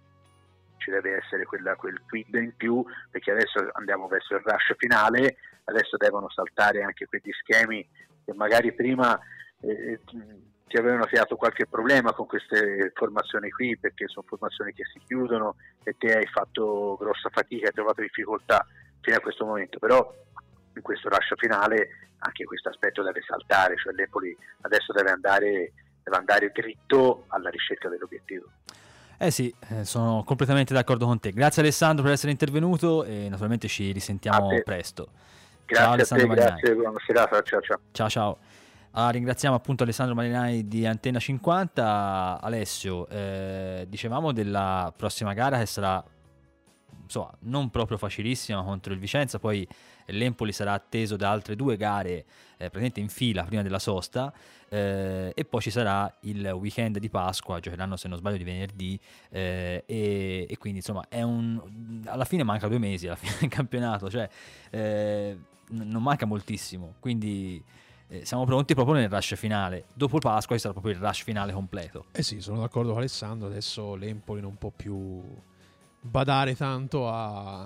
ci deve essere quella, quel quid in più, perché adesso andiamo verso il rush finale, adesso devono saltare anche quegli schemi che magari prima eh, ti avevano creato qualche problema con queste formazioni qui, perché sono formazioni che si chiudono e te hai fatto grossa fatica, hai trovato difficoltà fino a questo momento, però in questo rush finale anche questo aspetto deve saltare, cioè l'Empoli adesso deve andare, deve andare dritto alla ricerca dell'obiettivo. Eh sì, eh, sono completamente d'accordo con te. Grazie Alessandro per essere intervenuto e naturalmente ci risentiamo presto. Grazie ciao Alessandro a te, Marinai. grazie, buona serata, ciao ciao. Ciao ciao. Ah, ringraziamo appunto Alessandro Marinai di Antenna cinquanta. Alessio, eh, dicevamo della prossima gara che sarà insomma non proprio facilissima contro il Vicenza, poi l'Empoli sarà atteso da altre due gare eh, praticamente in fila prima della sosta, eh, e poi ci sarà il weekend di Pasqua, giocheranno se non sbaglio di venerdì, eh, e, e quindi insomma è un alla fine manca due mesi alla fine del campionato, cioè eh, non manca moltissimo, quindi eh, siamo pronti proprio nel rush finale. Dopo Pasqua ci sarà proprio il rush finale completo. Eh sì, sono d'accordo con Alessandro, adesso l'Empoli non può più badare tanto a,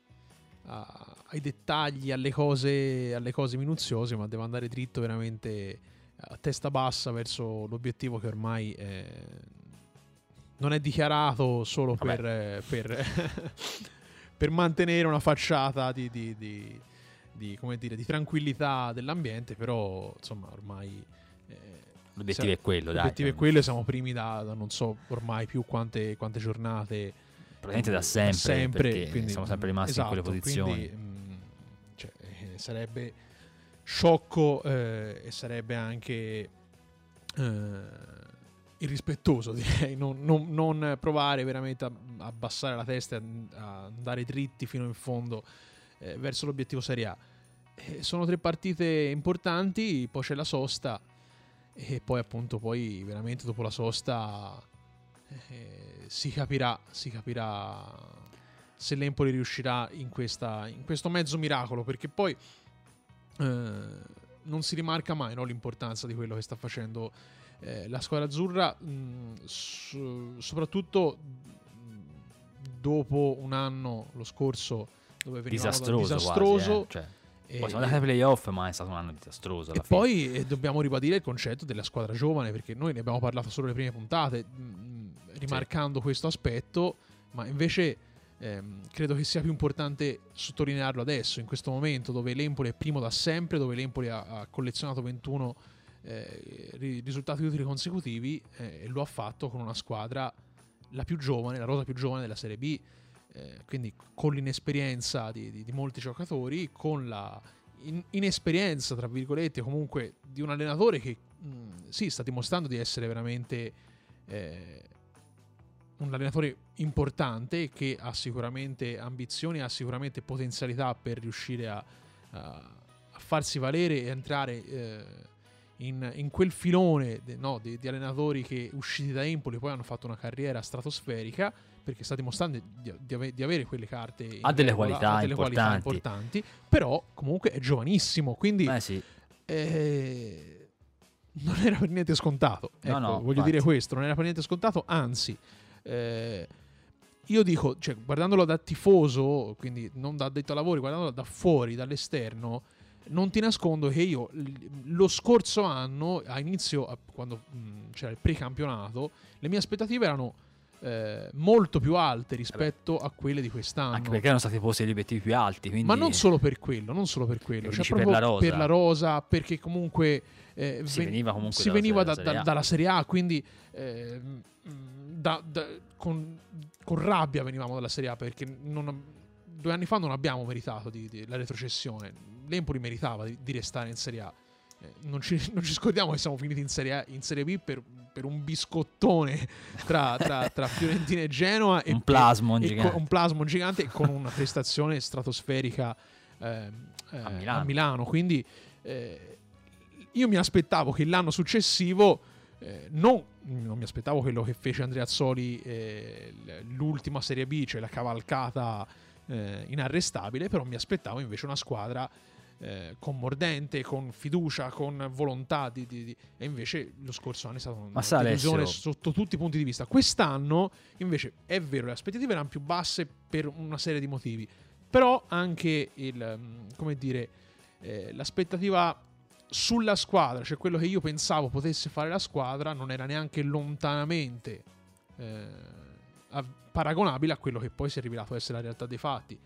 a, ai dettagli, alle cose, alle cose minuziose, ma deve andare dritto veramente a testa bassa verso l'obiettivo che ormai è, non è dichiarato solo per, per, per mantenere una facciata di, di, di, di, come dire, di tranquillità dell'ambiente, però insomma ormai eh, l'obiettivo siamo, è quello, l'obiettivo dai. è quello, e siamo primi da, da non so ormai più quante, quante giornate, praticamente da sempre, sempre perché quindi, siamo sempre rimasti esatto, in quelle posizioni. quindi, mh, cioè, eh, sarebbe sciocco eh, e sarebbe anche eh, irrispettoso, direi, non, non, non provare veramente a abbassare la testa, a andare dritti fino in fondo eh, verso l'obiettivo Serie A. Eh, sono tre partite importanti, poi c'è la sosta e poi appunto poi veramente dopo la sosta eh, si capirà si capirà se l'Empoli riuscirà in, questa, in questo mezzo miracolo, perché poi eh, non si rimarca mai, no, l'importanza di quello che sta facendo eh, la squadra azzurra, mh, so, soprattutto dopo un anno, lo scorso, dove venivamo disastroso, da, disastroso quasi, eh. cioè, e, poi siamo andati ai playoff, ma è stato un anno disastroso alla e fine. poi eh, dobbiamo ribadire il concetto della squadra giovane, perché noi ne abbiamo parlato solo le prime puntate, mh, rimarcando sì. questo aspetto, ma invece ehm, credo che sia più importante sottolinearlo adesso, in questo momento dove l'Empoli è primo da sempre, dove l'Empoli ha, ha collezionato ventuno eh, risultati utili consecutivi eh, e lo ha fatto con una squadra la più giovane, la rosa più giovane della Serie B, eh, quindi con l'inesperienza di, di, di molti giocatori, con la in, inesperienza tra virgolette comunque di un allenatore che mh, sì, sta dimostrando di essere veramente eh, un allenatore importante, che ha sicuramente ambizioni, ha sicuramente potenzialità per riuscire a, a, a farsi valere e entrare eh, in, in quel filone de, no, di, di allenatori che usciti da Empoli poi hanno fatto una carriera stratosferica, perché sta dimostrando di, di, ave, di avere quelle carte, ha delle, regola, qualità, ha delle importanti. qualità importanti, però comunque è giovanissimo, quindi eh sì. eh, non era per niente scontato, ecco, no, no, voglio infatti. dire questo, non era per niente scontato, anzi eh, io dico, cioè, guardandolo da tifoso, quindi non da addetto ai lavori, guardandolo da fuori, dall'esterno, non ti nascondo che io lo scorso anno, a inizio, quando mh, c'era il precampionato, le mie aspettative erano eh, molto più alte rispetto a quelle di quest'anno. Anche perché erano stati posti gli obiettivi più alti. Quindi... Ma non solo per quello, non solo per quello, cioè per proprio la rosa. per la rosa, perché comunque eh, si ven- veniva comunque si dalla, veniva dalla, da, serie da, dalla Serie A, quindi eh, da, da, con, con rabbia venivamo dalla Serie A, perché non, due anni fa non abbiamo meritato di, di, la retrocessione. L'Empoli meritava di, di restare in Serie A. Eh, non, ci, non ci scordiamo che siamo finiti in Serie A, in Serie B per, per un biscottone tra, tra, tra Fiorentina e Genoa e un plasmon e, gigante. E con, un plasmon gigante e con una prestazione stratosferica eh, eh, a, Milano. a Milano. Quindi eh, io mi aspettavo che l'anno successivo eh, non, non mi aspettavo quello che fece Andreazzoli eh, l'ultima Serie B, cioè la cavalcata eh, inarrestabile, però mi aspettavo invece una squadra Eh, con mordente, con fiducia, con volontà di, di, di... e invece lo scorso anno è stata una delusione sotto tutti i punti di vista. Quest'anno invece è vero, le aspettative erano più basse per una serie di motivi, però anche il, come dire, eh, l'aspettativa sulla squadra, cioè quello che io pensavo potesse fare la squadra, non era neanche lontanamente eh, paragonabile a quello che poi si è rivelato essere la realtà dei fatti.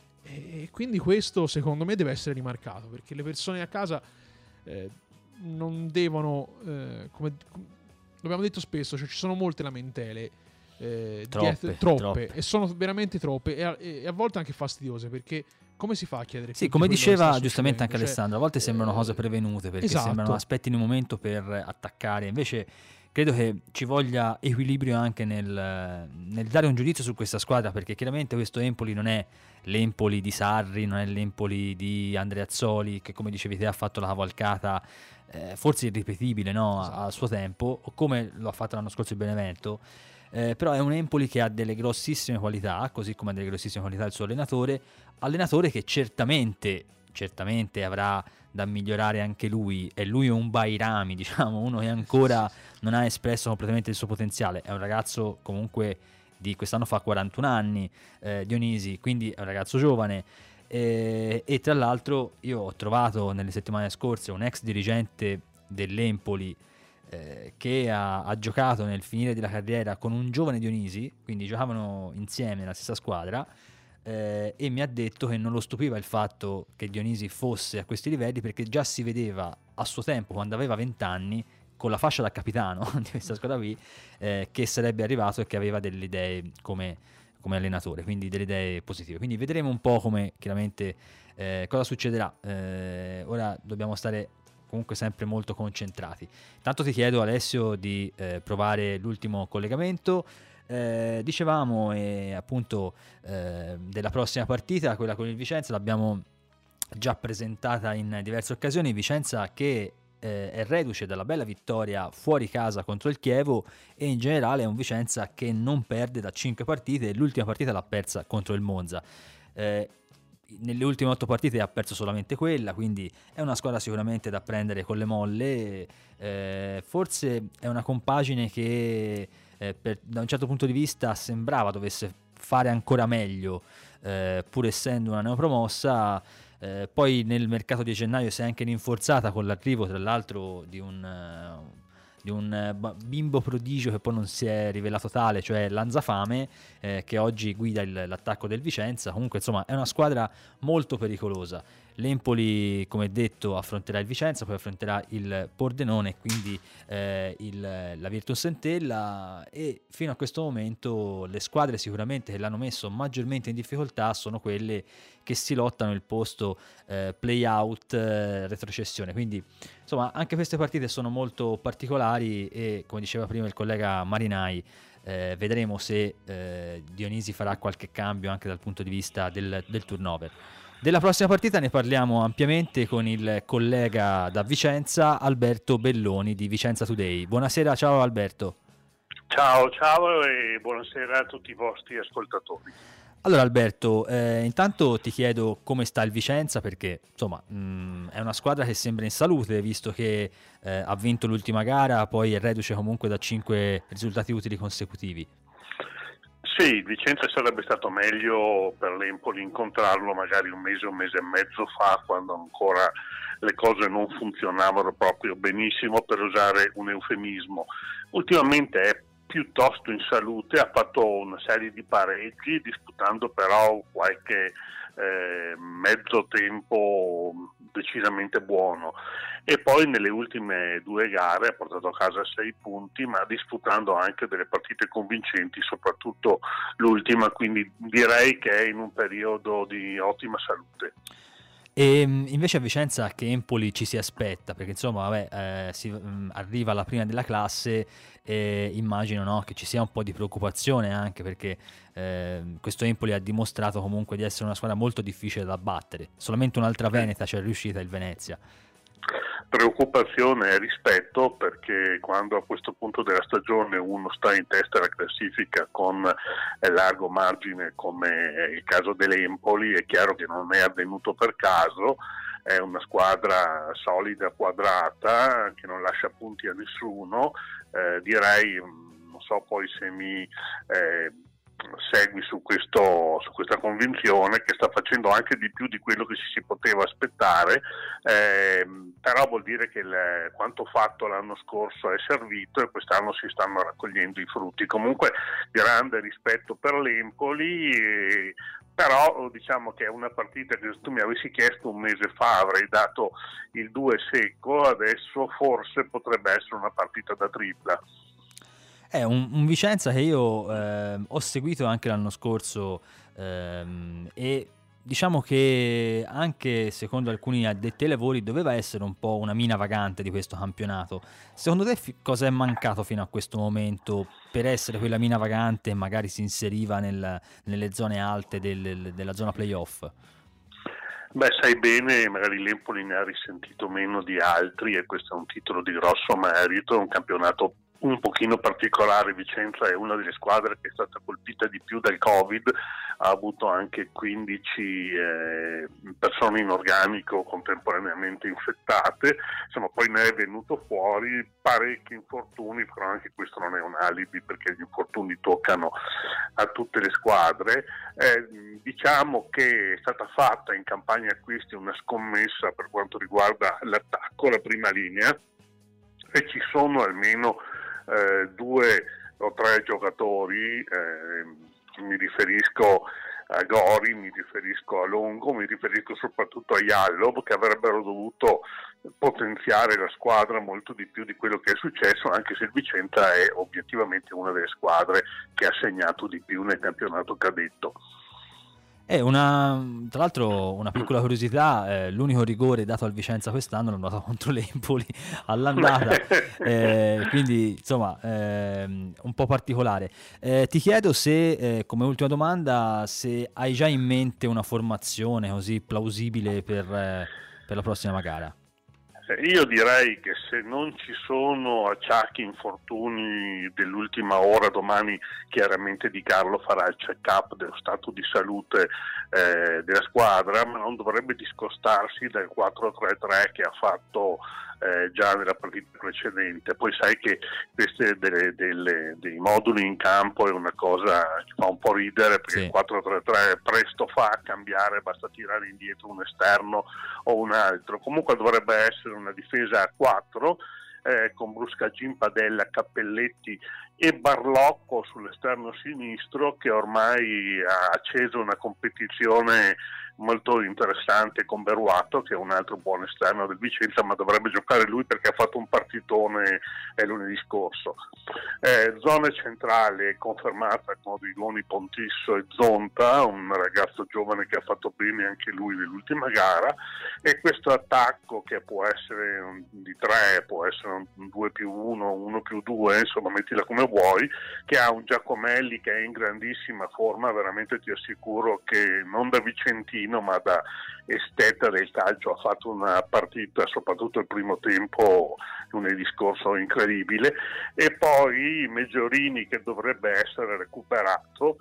E quindi questo secondo me deve essere rimarcato, perché le persone a casa eh, non devono eh, come abbiamo detto spesso, cioè ci sono molte lamentele eh, troppe, dietro, troppe, troppe e sono veramente troppe e a, e a volte anche fastidiose, perché come si fa a chiedere? Sì, come diceva giustamente anche cioè, Alessandro, a volte sembrano eh, cose prevenute, perché esatto. sembrano aspetti in un momento per attaccare, invece credo che ci voglia equilibrio anche nel, nel dare un giudizio su questa squadra, perché chiaramente questo Empoli non è l'Empoli di Sarri, non è l'Empoli di Andreazzoli, che come dicevi te ha fatto la cavalcata eh, forse irripetibile, no? Esatto. Al suo tempo, o come lo ha fatto l'anno scorso il Benevento, eh, però è un Empoli che ha delle grossissime qualità, così come ha delle grossissime qualità il suo allenatore, allenatore che certamente certamente avrà da migliorare anche lui, e lui è un Bairami, diciamo, uno che ancora non ha espresso completamente il suo potenziale, è un ragazzo comunque di quest'anno fa quarantuno anni, eh, Dionisi, quindi è un ragazzo giovane, eh, e tra l'altro io ho trovato nelle settimane scorse un ex dirigente dell'Empoli eh, che ha, ha giocato nel finire della carriera con un giovane Dionisi, quindi giocavano insieme nella stessa squadra, Eh, e mi ha detto che non lo stupiva il fatto che Dionisi fosse a questi livelli, perché già si vedeva a suo tempo, quando aveva venti anni, con la fascia da capitano di questa squadra qui, eh, che sarebbe arrivato e che aveva delle idee come, come allenatore, quindi delle idee positive. Quindi vedremo un po' come chiaramente eh, cosa succederà. Eh, ora dobbiamo stare comunque sempre molto concentrati. Tanto ti chiedo, Alessio, di eh, provare l'ultimo collegamento. Eh, dicevamo eh, appunto eh, della prossima partita, quella con il Vicenza, l'abbiamo già presentata in diverse occasioni. Vicenza che eh, è reduce dalla bella vittoria fuori casa contro il Chievo, e in generale è un Vicenza che non perde da cinque partite, e l'ultima partita l'ha persa contro il Monza. Eh, nelle ultime otto partite ha perso solamente quella, quindi è una squadra sicuramente da prendere con le molle. Eh, forse è una compagine che eh, per, da un certo punto di vista sembrava dovesse fare ancora meglio, eh, pur essendo una neopromossa. Eh, poi nel mercato di gennaio si è anche rinforzata con l'arrivo tra l'altro di un, uh, di un uh, bimbo prodigio che poi non si è rivelato tale, cioè Lanzafame, eh, che oggi guida il, l'attacco del Vicenza. Comunque insomma è una squadra molto pericolosa. L'Empoli, come detto, affronterà il Vicenza, poi affronterà il Pordenone, quindi eh, il, la Virtus Entella, e fino a questo momento le squadre sicuramente che l'hanno messo maggiormente in difficoltà sono quelle che si lottano il posto eh, play-out, eh, retrocessione. Quindi insomma anche queste partite sono molto particolari, e come diceva prima il collega Marinai, eh, vedremo se eh, Dionisi farà qualche cambio anche dal punto di vista del, del turnover. Della prossima partita ne parliamo ampiamente con il collega da Vicenza, Alberto Belloni di Vicenza Today. Buonasera, ciao Alberto. Ciao, ciao e buonasera a tutti i vostri ascoltatori. Allora Alberto, eh, intanto ti chiedo come sta il Vicenza, perché insomma mh, è una squadra che sembra in salute, visto che eh, ha vinto l'ultima gara, poi è reduce comunque da cinque risultati utili consecutivi. Sì, il Vicenza sarebbe stato meglio per l'Empoli incontrarlo magari un mese, un mese e mezzo fa, quando ancora le cose non funzionavano proprio benissimo, per usare un eufemismo. Ultimamente è piuttosto in salute, ha fatto una serie di pareggi, disputando però qualche eh, mezzo tempo decisamente buono, e poi nelle ultime due gare ha portato a casa sei punti, ma disputando anche delle partite convincenti, soprattutto l'ultima, quindi direi che è in un periodo di ottima salute. E invece a Vicenza che Empoli ci si aspetta? Perché insomma vabbè, eh, si, mh, arriva alla prima della classe, e immagino, no, che ci sia un po' di preoccupazione, anche perché eh, questo Empoli ha dimostrato comunque di essere una squadra molto difficile da battere. Solamente un'altra veneta c'è riuscita, il Venezia. Preoccupazione e rispetto, perché quando a questo punto della stagione uno sta in testa alla classifica con largo margine, come è il caso dell'Empoli, è chiaro che non è avvenuto per caso. È una squadra solida, quadrata, che non lascia punti a nessuno. Eh, direi, non so poi se mi eh, segui su, questo, su questa convinzione, che sta facendo anche di più di quello che ci si poteva aspettare, eh, però vuol dire che il, quanto fatto l'anno scorso è servito, e quest'anno si stanno raccogliendo i frutti. Comunque grande rispetto per l'Empoli, e, però diciamo che è una partita che se tu mi avessi chiesto un mese fa avrei dato il due secco, adesso forse potrebbe essere una partita da tripla. È un, un Vicenza che io eh, ho seguito anche l'anno scorso, ehm, e diciamo che anche secondo alcuni addetti ai lavori doveva essere un po' una mina vagante di questo campionato. Secondo te fi- cosa è mancato fino a questo momento per essere quella mina vagante e magari si inseriva nel, nelle zone alte del, della zona playoff? Beh, sai bene, magari l'Empoli ne ha risentito meno di altri, e questo è un titolo di grosso merito, è un campionato un pochino particolare. Vicenza è una delle squadre che è stata colpita di più dal Covid, ha avuto anche quindici eh, persone in organico contemporaneamente infettate, insomma poi ne è venuto fuori parecchi infortuni, però anche questo non è un alibi, perché gli infortuni toccano a tutte le squadre. Eh, diciamo che è stata fatta in campagna acquisti una scommessa per quanto riguarda l'attacco, la prima linea, e ci sono almeno Eh, due o tre giocatori, eh, mi riferisco a Gori, mi riferisco a Longo, mi riferisco soprattutto a Jallov, che avrebbero dovuto potenziare la squadra molto di più di quello che è successo, anche se il Vicenza è obiettivamente una delle squadre che ha segnato di più nel campionato cadetto. E una, tra l'altro una piccola curiosità, eh, l'unico rigore dato al Vicenza quest'anno l'hanno dato contro l'Empoli all'andata, eh, quindi insomma eh, un po' particolare. Eh, ti chiedo se, eh, come ultima domanda, se hai già in mente una formazione così plausibile per, eh, per la prossima gara. Io direi che se non ci sono acciacchi, infortuni dell'ultima ora, domani chiaramente Di Carlo farà il check-up dello stato di salute eh, della squadra, ma non dovrebbe discostarsi dal quattro tre tre che ha fatto eh, già nella partita precedente. Poi sai che queste delle, delle, dei moduli in campo è una cosa che fa un po' ridere, perché sì. Il quattro tre tre presto fa a cambiare, basta tirare indietro un esterno o un altro. Comunque dovrebbe essere una difesa a quattro eh, con Bruscagin, Padella, Cappelletti e Barlocco sull'esterno sinistro, che ormai ha acceso una competizione molto interessante con Beruato, che è un altro buon esterno del Vicenza, ma dovrebbe giocare lui perché ha fatto un partitone eh, lunedì scorso. Eh, zona centrale confermata con Rigoni, Pontisso e Zonta, un ragazzo giovane che ha fatto bene anche lui nell'ultima gara, e questo attacco che può essere un, di tre, può essere un due più uno, uno più due, insomma mettila come vuoi, che ha un Giacomelli che è in grandissima forma, veramente ti assicuro che non da vicentino ma da esteta del calcio ha fatto una partita, soprattutto il primo tempo lunedì scorso, incredibile. E poi Meggiorini che dovrebbe essere recuperato,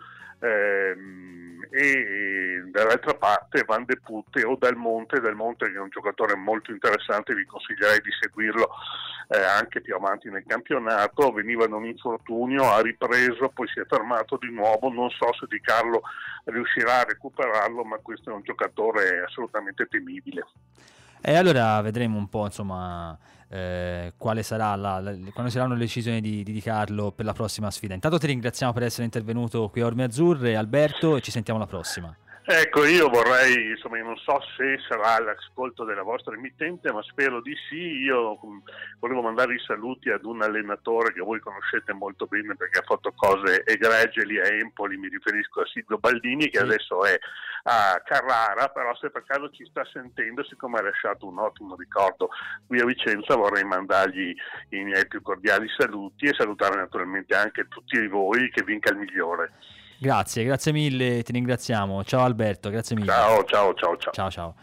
ehm, e dall'altra parte Van de Putte o Dal Monte, Dal Monte che è un giocatore molto interessante, vi consiglierei di seguirlo eh, anche più avanti nel campionato. Veniva da un infortunio, ha ripreso, poi si è fermato di nuovo, non so se Di Carlo riuscirà a recuperarlo, ma questo è un giocatore assolutamente temibile. E allora vedremo un po' insomma eh, quale sarà la, la, quando saranno le decisioni di, di Di Carlo per la prossima sfida. Intanto ti ringraziamo per essere intervenuto qui a Orme Azzurre, Alberto, e ci sentiamo alla prossima. Ecco, io vorrei, insomma, io non so se sarà l'ascolto della vostra emittente, ma spero di sì. Io volevo mandare i saluti ad un allenatore che voi conoscete molto bene perché ha fatto cose egregie lì a Empoli, mi riferisco a Silvio Baldini, che sì. Adesso è a Carrara, però se per caso ci sta sentendo, siccome ha lasciato un ottimo ricordo qui a Vicenza, vorrei mandargli i miei più cordiali saluti e salutare naturalmente anche tutti voi, che vinca il migliore. Grazie, grazie mille, ti ringraziamo. Ciao Alberto, grazie mille. Ciao, ciao, ciao, ciao. Ciao, ciao.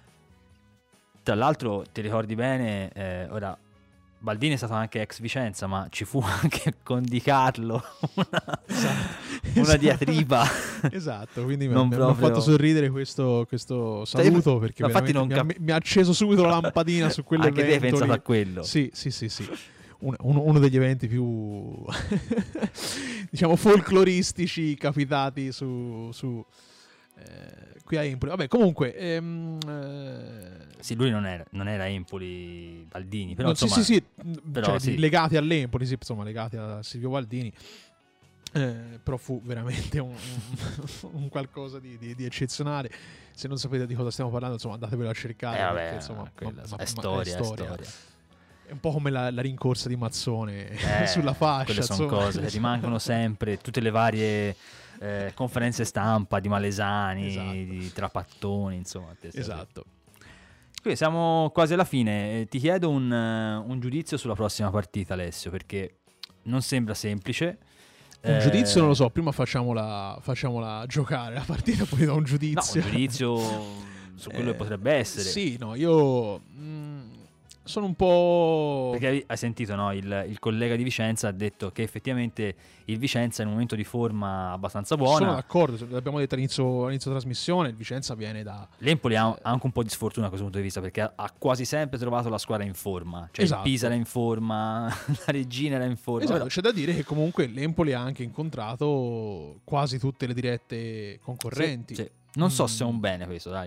Tra l'altro, ti ricordi bene, eh, ora Baldini è stato anche ex Vicenza, ma ci fu anche con Di Carlo una, esatto. una diatriba. Esatto, quindi mi, non mi proprio... ha fatto sorridere questo, questo saluto, perché infatti non mi, cap- ha, mi ha acceso subito la lampadina su quell'evento. Anche te hai pensato lì. A quello. Sì, sì, sì, sì. Uno, uno degli eventi più diciamo folcloristici capitati su, su eh, qui a Empoli. Vabbè, comunque ehm, eh... sì, lui non era, non era Empoli Baldini, però no, insomma, sì, sì, sì, però, cioè, sì. legati all'Empoli, sì, insomma, legati a Silvio Baldini. Eh, però fu veramente un, un, un qualcosa di, di, di eccezionale. Se non sapete di cosa stiamo parlando, insomma, andatevelo a cercare. Eh, vabbè, perché, insomma, quella, ma, è, ma, storia, è storia, è storia. È un po' come la, la rincorsa di Mazzone eh, sulla fascia. Quelle sono cose che rimangono sempre, tutte le varie eh, conferenze stampa di Malesani, esatto. Di Trapattoni, insomma. Esatto. Qui siamo quasi alla fine. Ti chiedo un, un giudizio sulla prossima partita, Alessio, perché non sembra semplice. Un eh... giudizio non lo so, prima facciamola, facciamola giocare la partita, poi do un giudizio. No, un giudizio su quello eh, che potrebbe essere. Sì, no, io... Mh, sono un po'... Perché hai sentito, no? Il, il collega di Vicenza ha detto che effettivamente il Vicenza è in un momento di forma abbastanza buona. Sono d'accordo, l'abbiamo detto all'inizio, all'inizio trasmissione, il Vicenza viene da... L'Empoli ha anche un po' di sfortuna da questo punto di vista, perché ha, ha quasi sempre trovato la squadra in forma. Cioè esatto. Il Pisa era in forma, la Regina era in forma. Esatto, però... c'è da dire che comunque l'Empoli ha anche incontrato quasi tutte le dirette concorrenti. Sì, sì. Non so se è un bene questo, dai.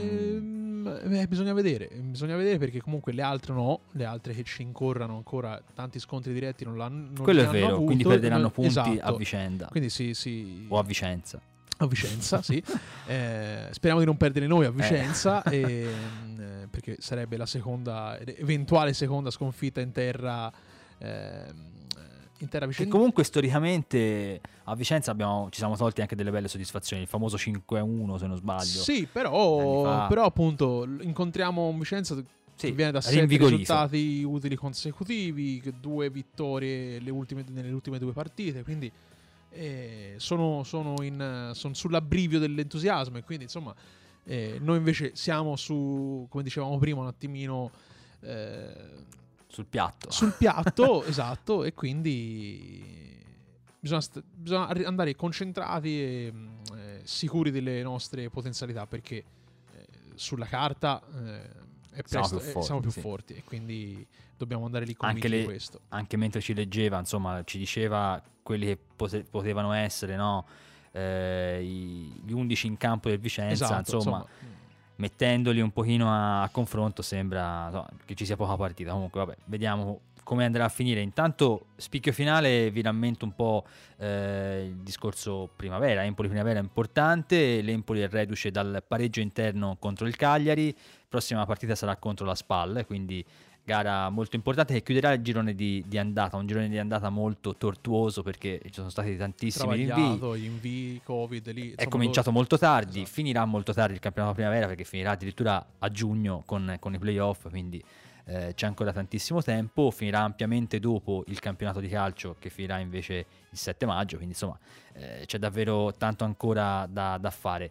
Mm. Eh, eh, bisogna vedere, bisogna vedere perché comunque le altre no, le altre che ci incorrano ancora tanti scontri diretti non l'hanno non quello è hanno vero, avuto, quindi perderanno punti esatto. a vicenda. Quindi sì, sì. O a Vicenza. A Vicenza, sì. Eh, speriamo di non perdere noi a Vicenza, eh. e, eh, perché sarebbe la seconda, eventuale seconda sconfitta in terra. Eh, intera Che vicenda. comunque storicamente a Vicenza abbiamo, ci siamo tolti anche delle belle soddisfazioni, il famoso cinque a uno se non sbaglio. Sì, però, anni fa. però appunto incontriamo un Vicenza che Sì, viene da sette rinvigorito. risultati utili consecutivi, che due vittorie le ultime, nelle ultime due partite, quindi eh, sono, sono, in, sono sull'abbrivio dell'entusiasmo, e quindi insomma eh, noi invece siamo su, come dicevamo prima, un attimino eh, Sul piatto. sul piatto, esatto, e quindi bisogna, st- bisogna arri- andare concentrati e mh, eh, sicuri delle nostre potenzialità, perché eh, sulla carta eh, è Siamo presto, più eh, forti, siamo più sì. forti, e quindi dobbiamo andare lì Anche, convinti di le- questo. anche mentre ci leggeva, insomma, ci diceva quelli che pote- potevano essere, no? Eh, i- gli undici in campo del Vicenza, Esatto, insomma, insomma, mettendoli un pochino a, a confronto sembra, no, che ci sia poca partita. Comunque vabbè, vediamo come andrà a finire. Intanto spicchio finale, vi rammento un po' eh, il discorso primavera. Empoli primavera è importante, l'Empoli è reduce dal pareggio interno contro il Cagliari, prossima partita sarà contro la Spal, quindi gara molto importante che chiuderà il girone di, di andata, un girone di andata molto tortuoso perché ci sono stati tantissimi rinvii. travagliato, gli invii, Covid lì, È insomma, cominciato loro- molto tardi, Esatto. finirà molto tardi il campionato primavera perché finirà addirittura a giugno con, con i playoff, quindi eh, c'è ancora tantissimo tempo. Finirà ampiamente dopo il campionato di calcio che finirà invece il sette maggio, quindi insomma eh, c'è davvero tanto ancora da, da fare.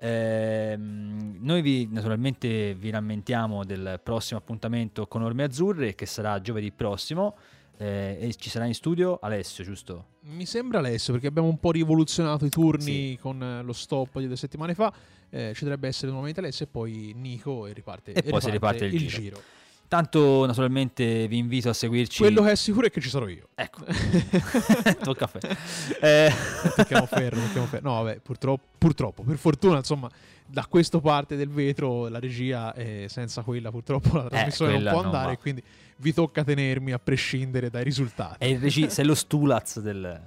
Ehm, noi vi, naturalmente vi rammentiamo del prossimo appuntamento con Orme Azzurre che sarà giovedì prossimo. Eh, e ci sarà in studio Alessio, giusto? Mi sembra Alessio, perché abbiamo un po' rivoluzionato i turni Sì. con eh, lo stop di due settimane fa. Eh, ci dovrebbe essere nuovamente Alessio e poi Nico, e riparte, E poi si riparte il giro. giro. Tanto naturalmente vi invito a seguirci. Quello che è sicuro è che ci sarò io. Ecco, tocca a fe. Eh, Tocchiamo ferro, tocchiamo ferro. No, vabbè, purtroppo, purtroppo, per fortuna, insomma, da questa parte del vetro la regia, è senza quella purtroppo la trasmissione non quella può non andare, va. quindi vi tocca tenermi a prescindere dai risultati. è il regi- sei lo Stulaz del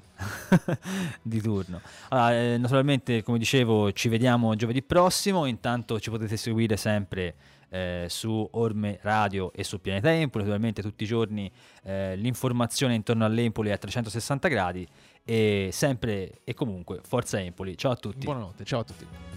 di turno. Allora, eh, naturalmente, come dicevo, ci vediamo giovedì prossimo. Intanto ci potete seguire sempre eh, su Orme Radio e su Pianeta Empoli. Naturalmente tutti i giorni eh, l'informazione intorno all'Empoli è a trecentosessanta gradi, e sempre e comunque Forza Empoli. Ciao a tutti. Buonanotte, ciao a tutti.